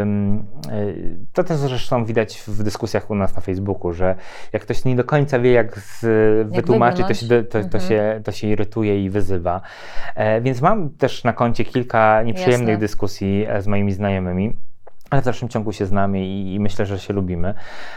to też zresztą widać w dyskusjach u nas na Facebooku, że jak ktoś nie do końca wie, jak z, wytłumaczyć, to się, to, to, mhm. się, to się irytuje i wyzywa. E, więc mam też na koncie kilka nieprzyjemnych Jasne. dyskusji z moimi znajomymi, ale w dalszym ciągu się znamy i, i myślę, że się lubimy.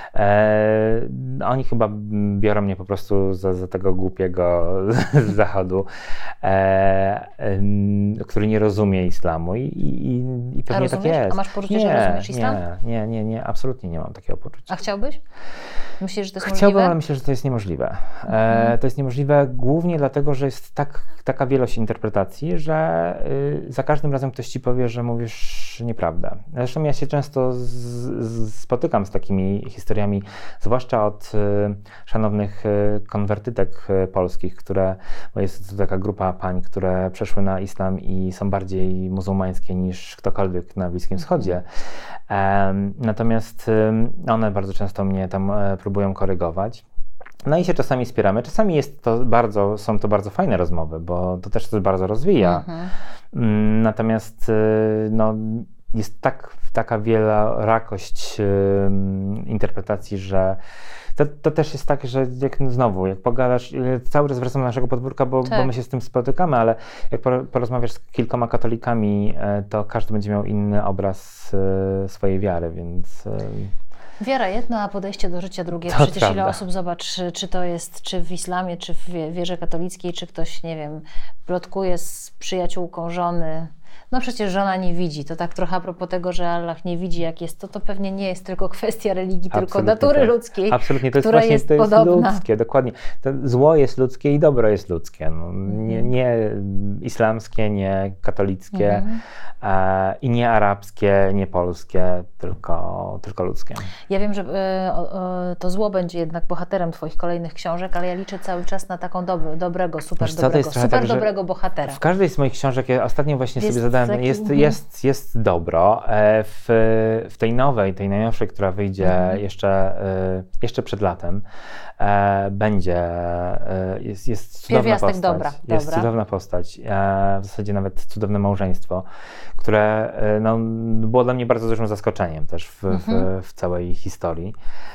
E, oni chyba biorą mnie po prostu za, za tego głupiego z zachodu, e, e, który nie rozumie islamu i, i, i pewnie tak jest. A masz poczucie, nie, że rozumiesz islam? Nie, nie, nie, nie, absolutnie nie mam takiego poczucia. A chciałbyś? Myślisz, że to jest Chciałbym, możliwe? ale myślę, że to jest niemożliwe. Mhm. E, to jest niemożliwe głównie dlatego, że jest tak, taka wielość interpretacji, że y, za każdym razem ktoś ci powie, że mówisz nieprawdę. Zresztą ja się często z, z, spotykam z takimi historiami, zwłaszcza od y, szanownych y, konwertytek y, polskich, które, bo jest to taka grupa pań, które przeszły na islam i są bardziej muzułmańskie niż ktokolwiek na Bliskim Wschodzie. E, natomiast y, one bardzo często mnie tam y, próbują korygować. No i się czasami spieramy. Czasami jest to bardzo, są to bardzo fajne rozmowy, bo to też coś bardzo rozwija. Mhm. Natomiast no, jest tak, taka wielorakość um, interpretacji, że to, to też jest tak, że jak znowu, jak pogadasz, cały czas wracam do naszego podwórka, bo, tak. bo my się z tym spotykamy, ale jak porozmawiasz z kilkoma katolikami, to każdy będzie miał inny obraz swojej wiary, więc... Wiara jedna, a podejście do życia drugie. To Przecież prawda. ile osób, zobacz, czy to jest czy w islamie, czy w wierze katolickiej, czy ktoś, nie wiem, plotkuje z przyjaciółką żony. No przecież żona nie widzi. To tak trochę a propos tego, że Allah nie widzi, jak jest to, to pewnie nie jest tylko kwestia religii, tylko Absolutnie natury tak. ludzkiej, Absolutnie, to jest która właśnie jest to jest podobna. ludzkie, dokładnie. To zło jest ludzkie i dobro jest ludzkie. No, nie, nie islamskie, nie katolickie Mhm. e, i nie arabskie, nie polskie, tylko, tylko ludzkie. Ja wiem, że y, o, y, to zło będzie jednak bohaterem twoich kolejnych książek, ale ja liczę cały czas na taką dob dobrego, super Wiesz co, to dobrego, jest trochę super tak, że dobrego bohatera. W każdej z moich książek, ja ostatnio właśnie Jest sobie zadałem, taki- jest, mhm. jest, jest dobro. E, W, w tej nowej, tej najnowszej, która wyjdzie Mhm. jeszcze, e, jeszcze przed latem, e, będzie, e, jest, jest cudowna Pierwiastek postać. dobra, Jest dobra. cudowna postać. E, W zasadzie nawet cudowne małżeństwo, które e, no, było dla mnie bardzo dużym zaskoczeniem też w, Mhm. w, w całej historii.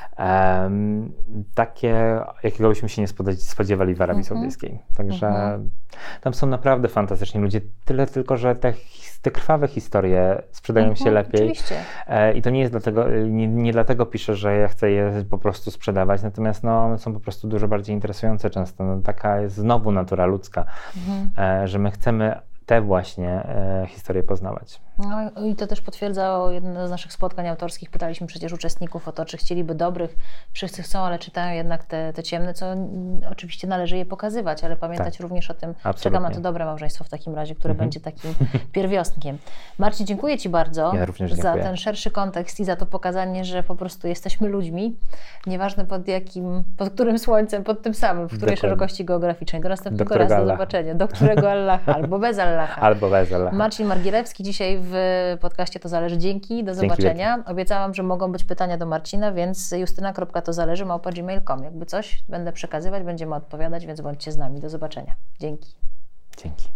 Em, takie, jakiego byśmy się nie spodziew- spodziewali w Arabii Mhm. Saudyjskiej. Także Mhm. tam są naprawdę fantastyczni ludzie. Tyle tylko, że te, his- te krwawe historie sprzedają się Mhm, lepiej. Oczywiście. E, I to nie jest dlatego, nie, nie dlatego piszę, że ja chcę je po prostu sprzedawać, natomiast no, one są po prostu dużo bardziej interesujące często. No, taka jest znowu natura ludzka, Mhm. e, że my chcemy te właśnie e, historie poznawać. No i to też potwierdzało jedno z naszych spotkań autorskich. Pytaliśmy przecież uczestników o to, czy chcieliby dobrych, wszyscy chcą, ale czytają jednak te, te ciemne, co mm, oczywiście należy je pokazywać, ale pamiętać Tak. również o tym, Absolutnie. czekam na to dobre małżeństwo w takim razie, które Mhm. będzie takim pierwiostkiem. Marcin, dziękuję Ci bardzo Ja również za dziękuję. ten szerszy kontekst i za to pokazanie, że po prostu jesteśmy ludźmi, nieważne pod jakim, pod którym słońcem, pod tym samym, w której Dokładnie. szerokości geograficznej. Do następnego Do którego razu, do Allaha. zobaczenia. Do którego Allaha, albo bez Allaha. Albo bez Allaha. Marcin Margielewski dzisiaj w podcaście To Zależy. Dzięki, do Dzięki zobaczenia. Obiecałam, że mogą być pytania do Marcina, więc justyna kropka to zależy małpa gmail kropka com. Jakby coś będę przekazywać, będziemy odpowiadać, więc bądźcie z nami. Do zobaczenia. Dzięki. Dzięki.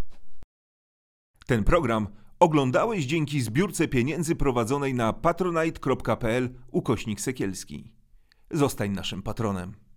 Ten program oglądałeś dzięki zbiórce pieniędzy prowadzonej na patronite kropka pl ukośnik Sekielski. Zostań naszym patronem.